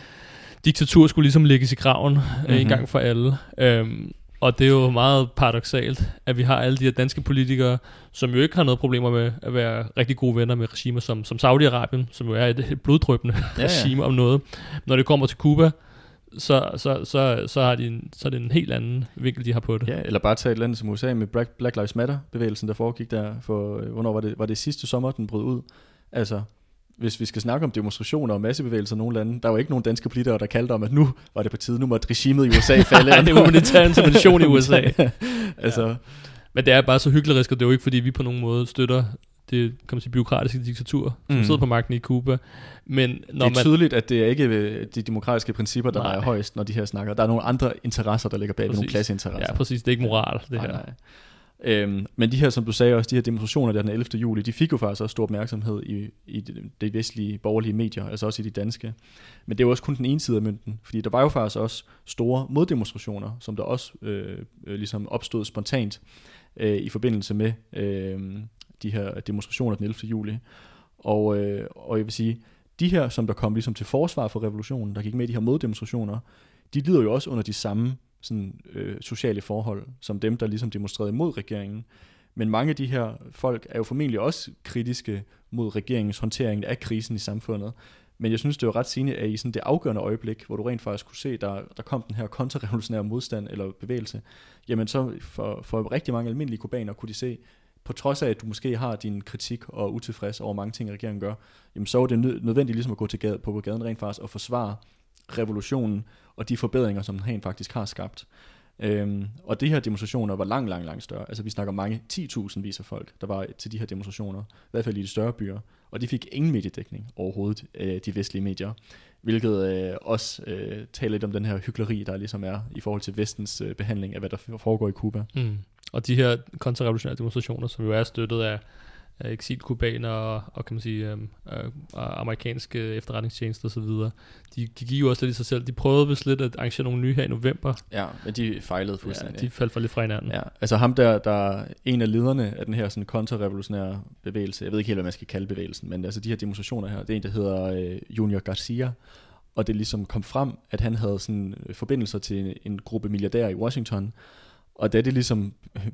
diktatur skulle ligesom lægges i graven mm-hmm. en gang for alle. Øhm, og det er jo meget paradoksalt, at vi har alle de her danske politikere, som jo ikke har noget problemer med at være rigtig gode venner med regimer som, som Saudi-Arabien, som jo er et, et bloddryppende ja, ja. regime om noget. Når det kommer til Cuba, så, så, så, så, har de en, så er det en helt anden vinkel, de har på det. Ja, eller bare tage et land som U S A med Black, Black Lives Matter-bevægelsen, der foregik der for, hvornår var det, var det sidste sommer, den brød ud? Altså, hvis vi skal snakke om demonstrationer og massebevægelser i nogle lande, der var ikke nogen danske politikere, der kaldte om, at nu var det på tide, nu måtte regimet i U S A falde. Det er humanitær intervention i U S A. altså. Ja. Men det er bare så hyklerisk, og det er jo ikke, fordi vi på nogen måde støtter det, kan man sige, byråkratiske diktatur, som mm. sidder på magten i Cuba. Men når det er man tydeligt, at det er ikke de demokratiske principper, der nej. er højst, når de her snakker. Der er nogle andre interesser, der ligger bag, nogle klasseinteresser. Ja, præcis. Det er ikke moral, det nej, her. Nej. Øhm, men de her, som du sagde også, de her demonstrationer der den ellevte juli, de fik jo faktisk også stor opmærksomhed i, i de, de vestlige borgerlige medier, altså også i de danske. Men det er jo også kun den ene side af mønten, fordi der var jo faktisk også store moddemonstrationer, som der også øh, øh, ligesom opstod spontant øh, i forbindelse med øh, de her demonstrationer den ellevte juli. Og, øh, og jeg vil sige, de her, som der kom ligesom til forsvar for revolutionen, der gik med i de her moddemonstrationer, de lider jo også under de samme sådan, øh, sociale forhold, som dem, der ligesom demonstrerede imod regeringen. Men mange af de her folk er jo formentlig også kritiske mod regeringens håndtering af krisen i samfundet. Men jeg synes, det var ret sigende, at i sådan det afgørende øjeblik, hvor du rent faktisk kunne se, der, der kom den her kontrarevolutionære modstand eller bevægelse, jamen så for, for rigtig mange almindelige kubanere kunne de se, på trods af, at du måske har din kritik og utilfreds over mange ting, regeringen gør, jamen så er det nødvendigt ligesom at gå til gade, på gaden rent faktisk og forsvare revolutionen og de forbedringer, som den faktisk har skabt. Øhm, og de her demonstrationer var langt, langt, langt større. Altså vi snakker mange ti tusind vis af folk, der var til de her demonstrationer, i hvert fald i de større byer. Og de fik ingen mediedækning overhovedet, øh, de vestlige medier. Hvilket øh, også øh, taler lidt om den her hykleri, der ligesom er i forhold til vestens øh, behandling af, hvad der foregår i Cuba. Mm. Og de her kontrarevolutionære demonstrationer, som jo er støttet af eksilkubaner og, og kan man sige øh, øh, amerikanske efterretningstjenester og så videre. De, de gik jo også lidt i sig selv. De prøvede vist lidt at arrangere nogle nye her i november. Ja, men de fejlede fuldstændig. Ja, de faldt for lidt fra hinanden. Ja, altså ham der, der er en af lederne af den her sådan kontrarevolutionære bevægelse. Jeg ved ikke helt, hvad man skal kalde bevægelsen, men altså de her demonstrationer her, det er en, der hedder øh, Junior Garcia, og det ligesom kom frem, at han havde sådan forbindelser til en, en gruppe milliardærer i Washington. Og da det ligesom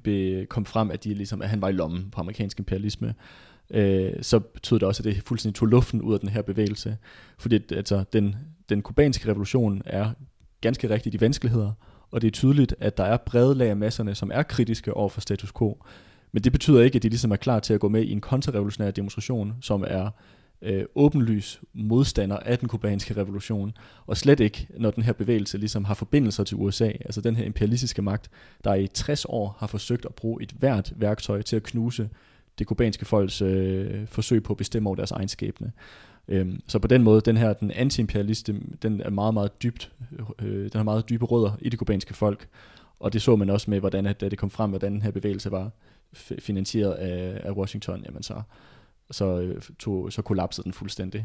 kom frem, at, de ligesom, at han var i lommen på amerikansk imperialisme, øh, så betød det også, at det fuldstændig tog luften ud af den her bevægelse. Fordi altså, den, den kubanske revolution er ganske rigtigt i vanskeligheder, og det er tydeligt, at der er brede lag af masserne, som er kritiske over for status quo. Men det betyder ikke, at de ligesom er klar til at gå med i en kontrarevolutionær demonstration, som er øh, åbenlys modstander af den kubanske revolution, og slet ikke, når den her bevægelse ligesom har forbindelser til U S A, altså den her imperialistiske magt, der i tres år har forsøgt at bruge et hvert værktøj til at knuse det kubanske folks øh, forsøg på at bestemme over deres egen skæbne. Øhm, så på den måde, den her, den anti-imperialiste, den er meget, meget dybt, øh, den har meget dybe rødder i det kubanske folk, og det så man også med, hvordan at, da det kom frem, hvordan den her bevægelse var f- finansieret af, af Washington, jamen så Så, tog, så kollapsede den fuldstændig.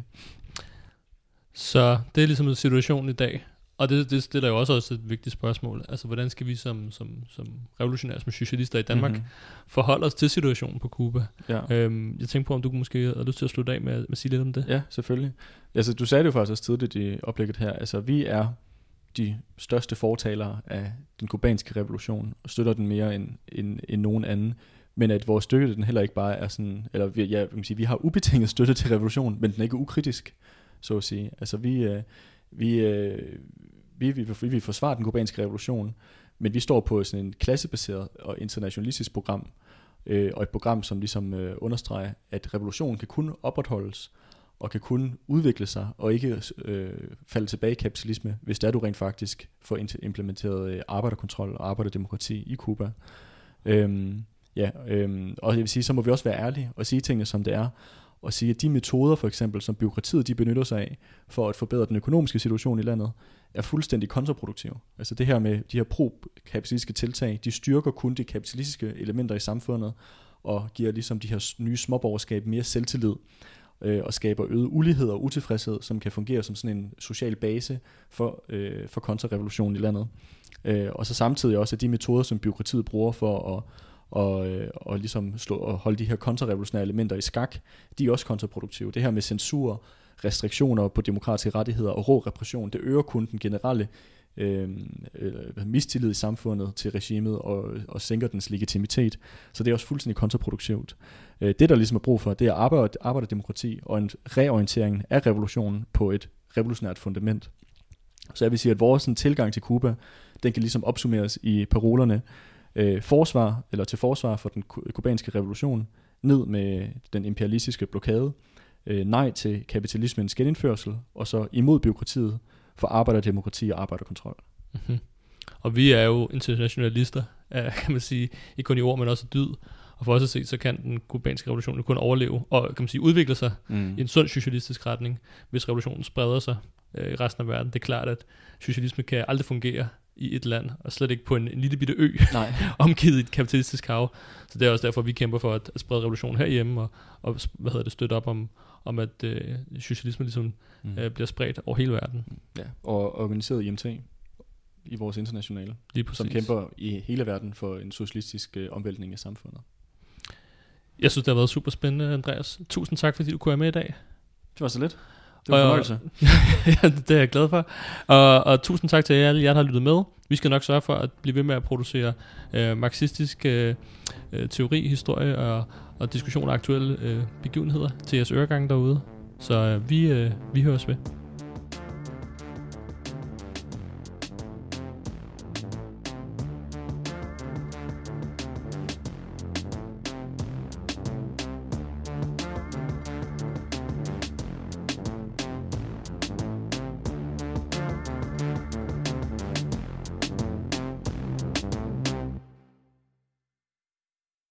Så det er ligesom situationen i dag. Og det, det stiller jo også, også et vigtigt spørgsmål. Altså, hvordan skal vi som, som, som revolutionære, som socialister i Danmark, mm-hmm. forholde os til situationen på Cuba? Ja. Øhm, jeg tænkte på, om du måske havde lyst til at slutte af med, med at sige lidt om det. Ja, selvfølgelig. Altså, du sagde det jo faktisk også tidligt i oplægget her. Altså, vi er de største fortalere af den kubanske revolution, og støtter den mere end, end, end nogen anden. Men at vores støtte, den heller ikke bare er sådan, eller vi, ja, kan sige, vi har ubetinget støtte til revolutionen, men den er ikke ukritisk, så at sige. Altså vi, øh, vi, øh, vi, vi, vi vil forsvare den kubanske revolution, men vi står på sådan en klassebaseret og internationalistisk program, øh, og et program, som ligesom øh, understreger, at revolutionen kan kun opretholdes, og kan kun udvikle sig, og ikke øh, falde tilbage i kapitalisme, hvis der du rent faktisk får implementeret øh, arbejderkontrol og arbejderdemokrati i Cuba. Øhm, Ja, øhm, og jeg vil sige, så må vi også være ærlige og sige tingene som det er, og sige, at de metoder for eksempel, som byråkratiet de benytter sig af for at forbedre den økonomiske situation i landet, er fuldstændig kontraproduktive. Altså det her med de her pro-kapitalistiske tiltag, de styrker kun de kapitalistiske elementer i samfundet, og giver ligesom de her nye småborgerskab mere selvtillid, øh, og skaber øget ulighed og utilfredshed, som kan fungere som sådan en social base for, øh, for kontrarevolutionen i landet. Øh, og så samtidig også, at de metoder, som bureaukratiet bruger for at og, øh, og ligesom slå, og holde de her kontrarevolutionære elementer i skak, de er også kontraproduktive. Det her med censur, restriktioner på demokratiske rettigheder og rå repression, det øger kun den generelle øh, øh, mistillid i samfundet til regimet og, og sænker dens legitimitet. Så det er også fuldstændig kontraproduktivt. Øh, det, der ligesom er brug for, det er arbejde, arbejderdemokrati og en reorientering af revolutionen på et revolutionært fundament. Så jeg vil sige, at vores sådan, tilgang til Cuba, den kan ligesom opsummeres i parolerne: øh, forsvar, eller til forsvar for den kubanske revolution, ned med den imperialistiske blokade, øh, nej til kapitalismens genindførsel, og så imod bureaukratiet for arbejderdemokrati og arbejderkontrol. Mm-hmm. Og vi er jo internationalister, kan man sige, ikke kun i ord, men også i dyd. Og for os at se, så kan den kubanske revolution kun overleve og, kan man sige, udvikle sig mm. i en sund socialistisk retning, hvis revolutionen spreder sig øh, i resten af verden. Det er klart, at socialisme kan aldrig fungere i et land, og slet ikke på en, en lille bitte ø, Nej. omgivet i et kapitalistisk hav. Så det er også derfor, vi kæmper for at, at sprede revolutionen herhjemme, og, og hvad hedder det, støtte op om, om at øh, socialisme ligesom mm. øh, bliver spredt over hele verden. Ja, og organiseret I M T i vores internationale, som kæmper i hele verden for en socialistisk øh, omvæltning af samfundet. Jeg synes, det har været super spændende, Andreas. Tusind tak, fordi du kunne være med i dag. Det var så lidt. Det var en fornøjelse. Ja, det er jeg glad for. Og, og tusind tak til alle jer, der har lyttet med. Vi skal nok sørge for at blive ved med at producere øh, marxistisk øh, teori, historie og, og diskussion af aktuelle øh, begivenheder til jeres øregang derude. Så øh, vi, øh, vi høres ved.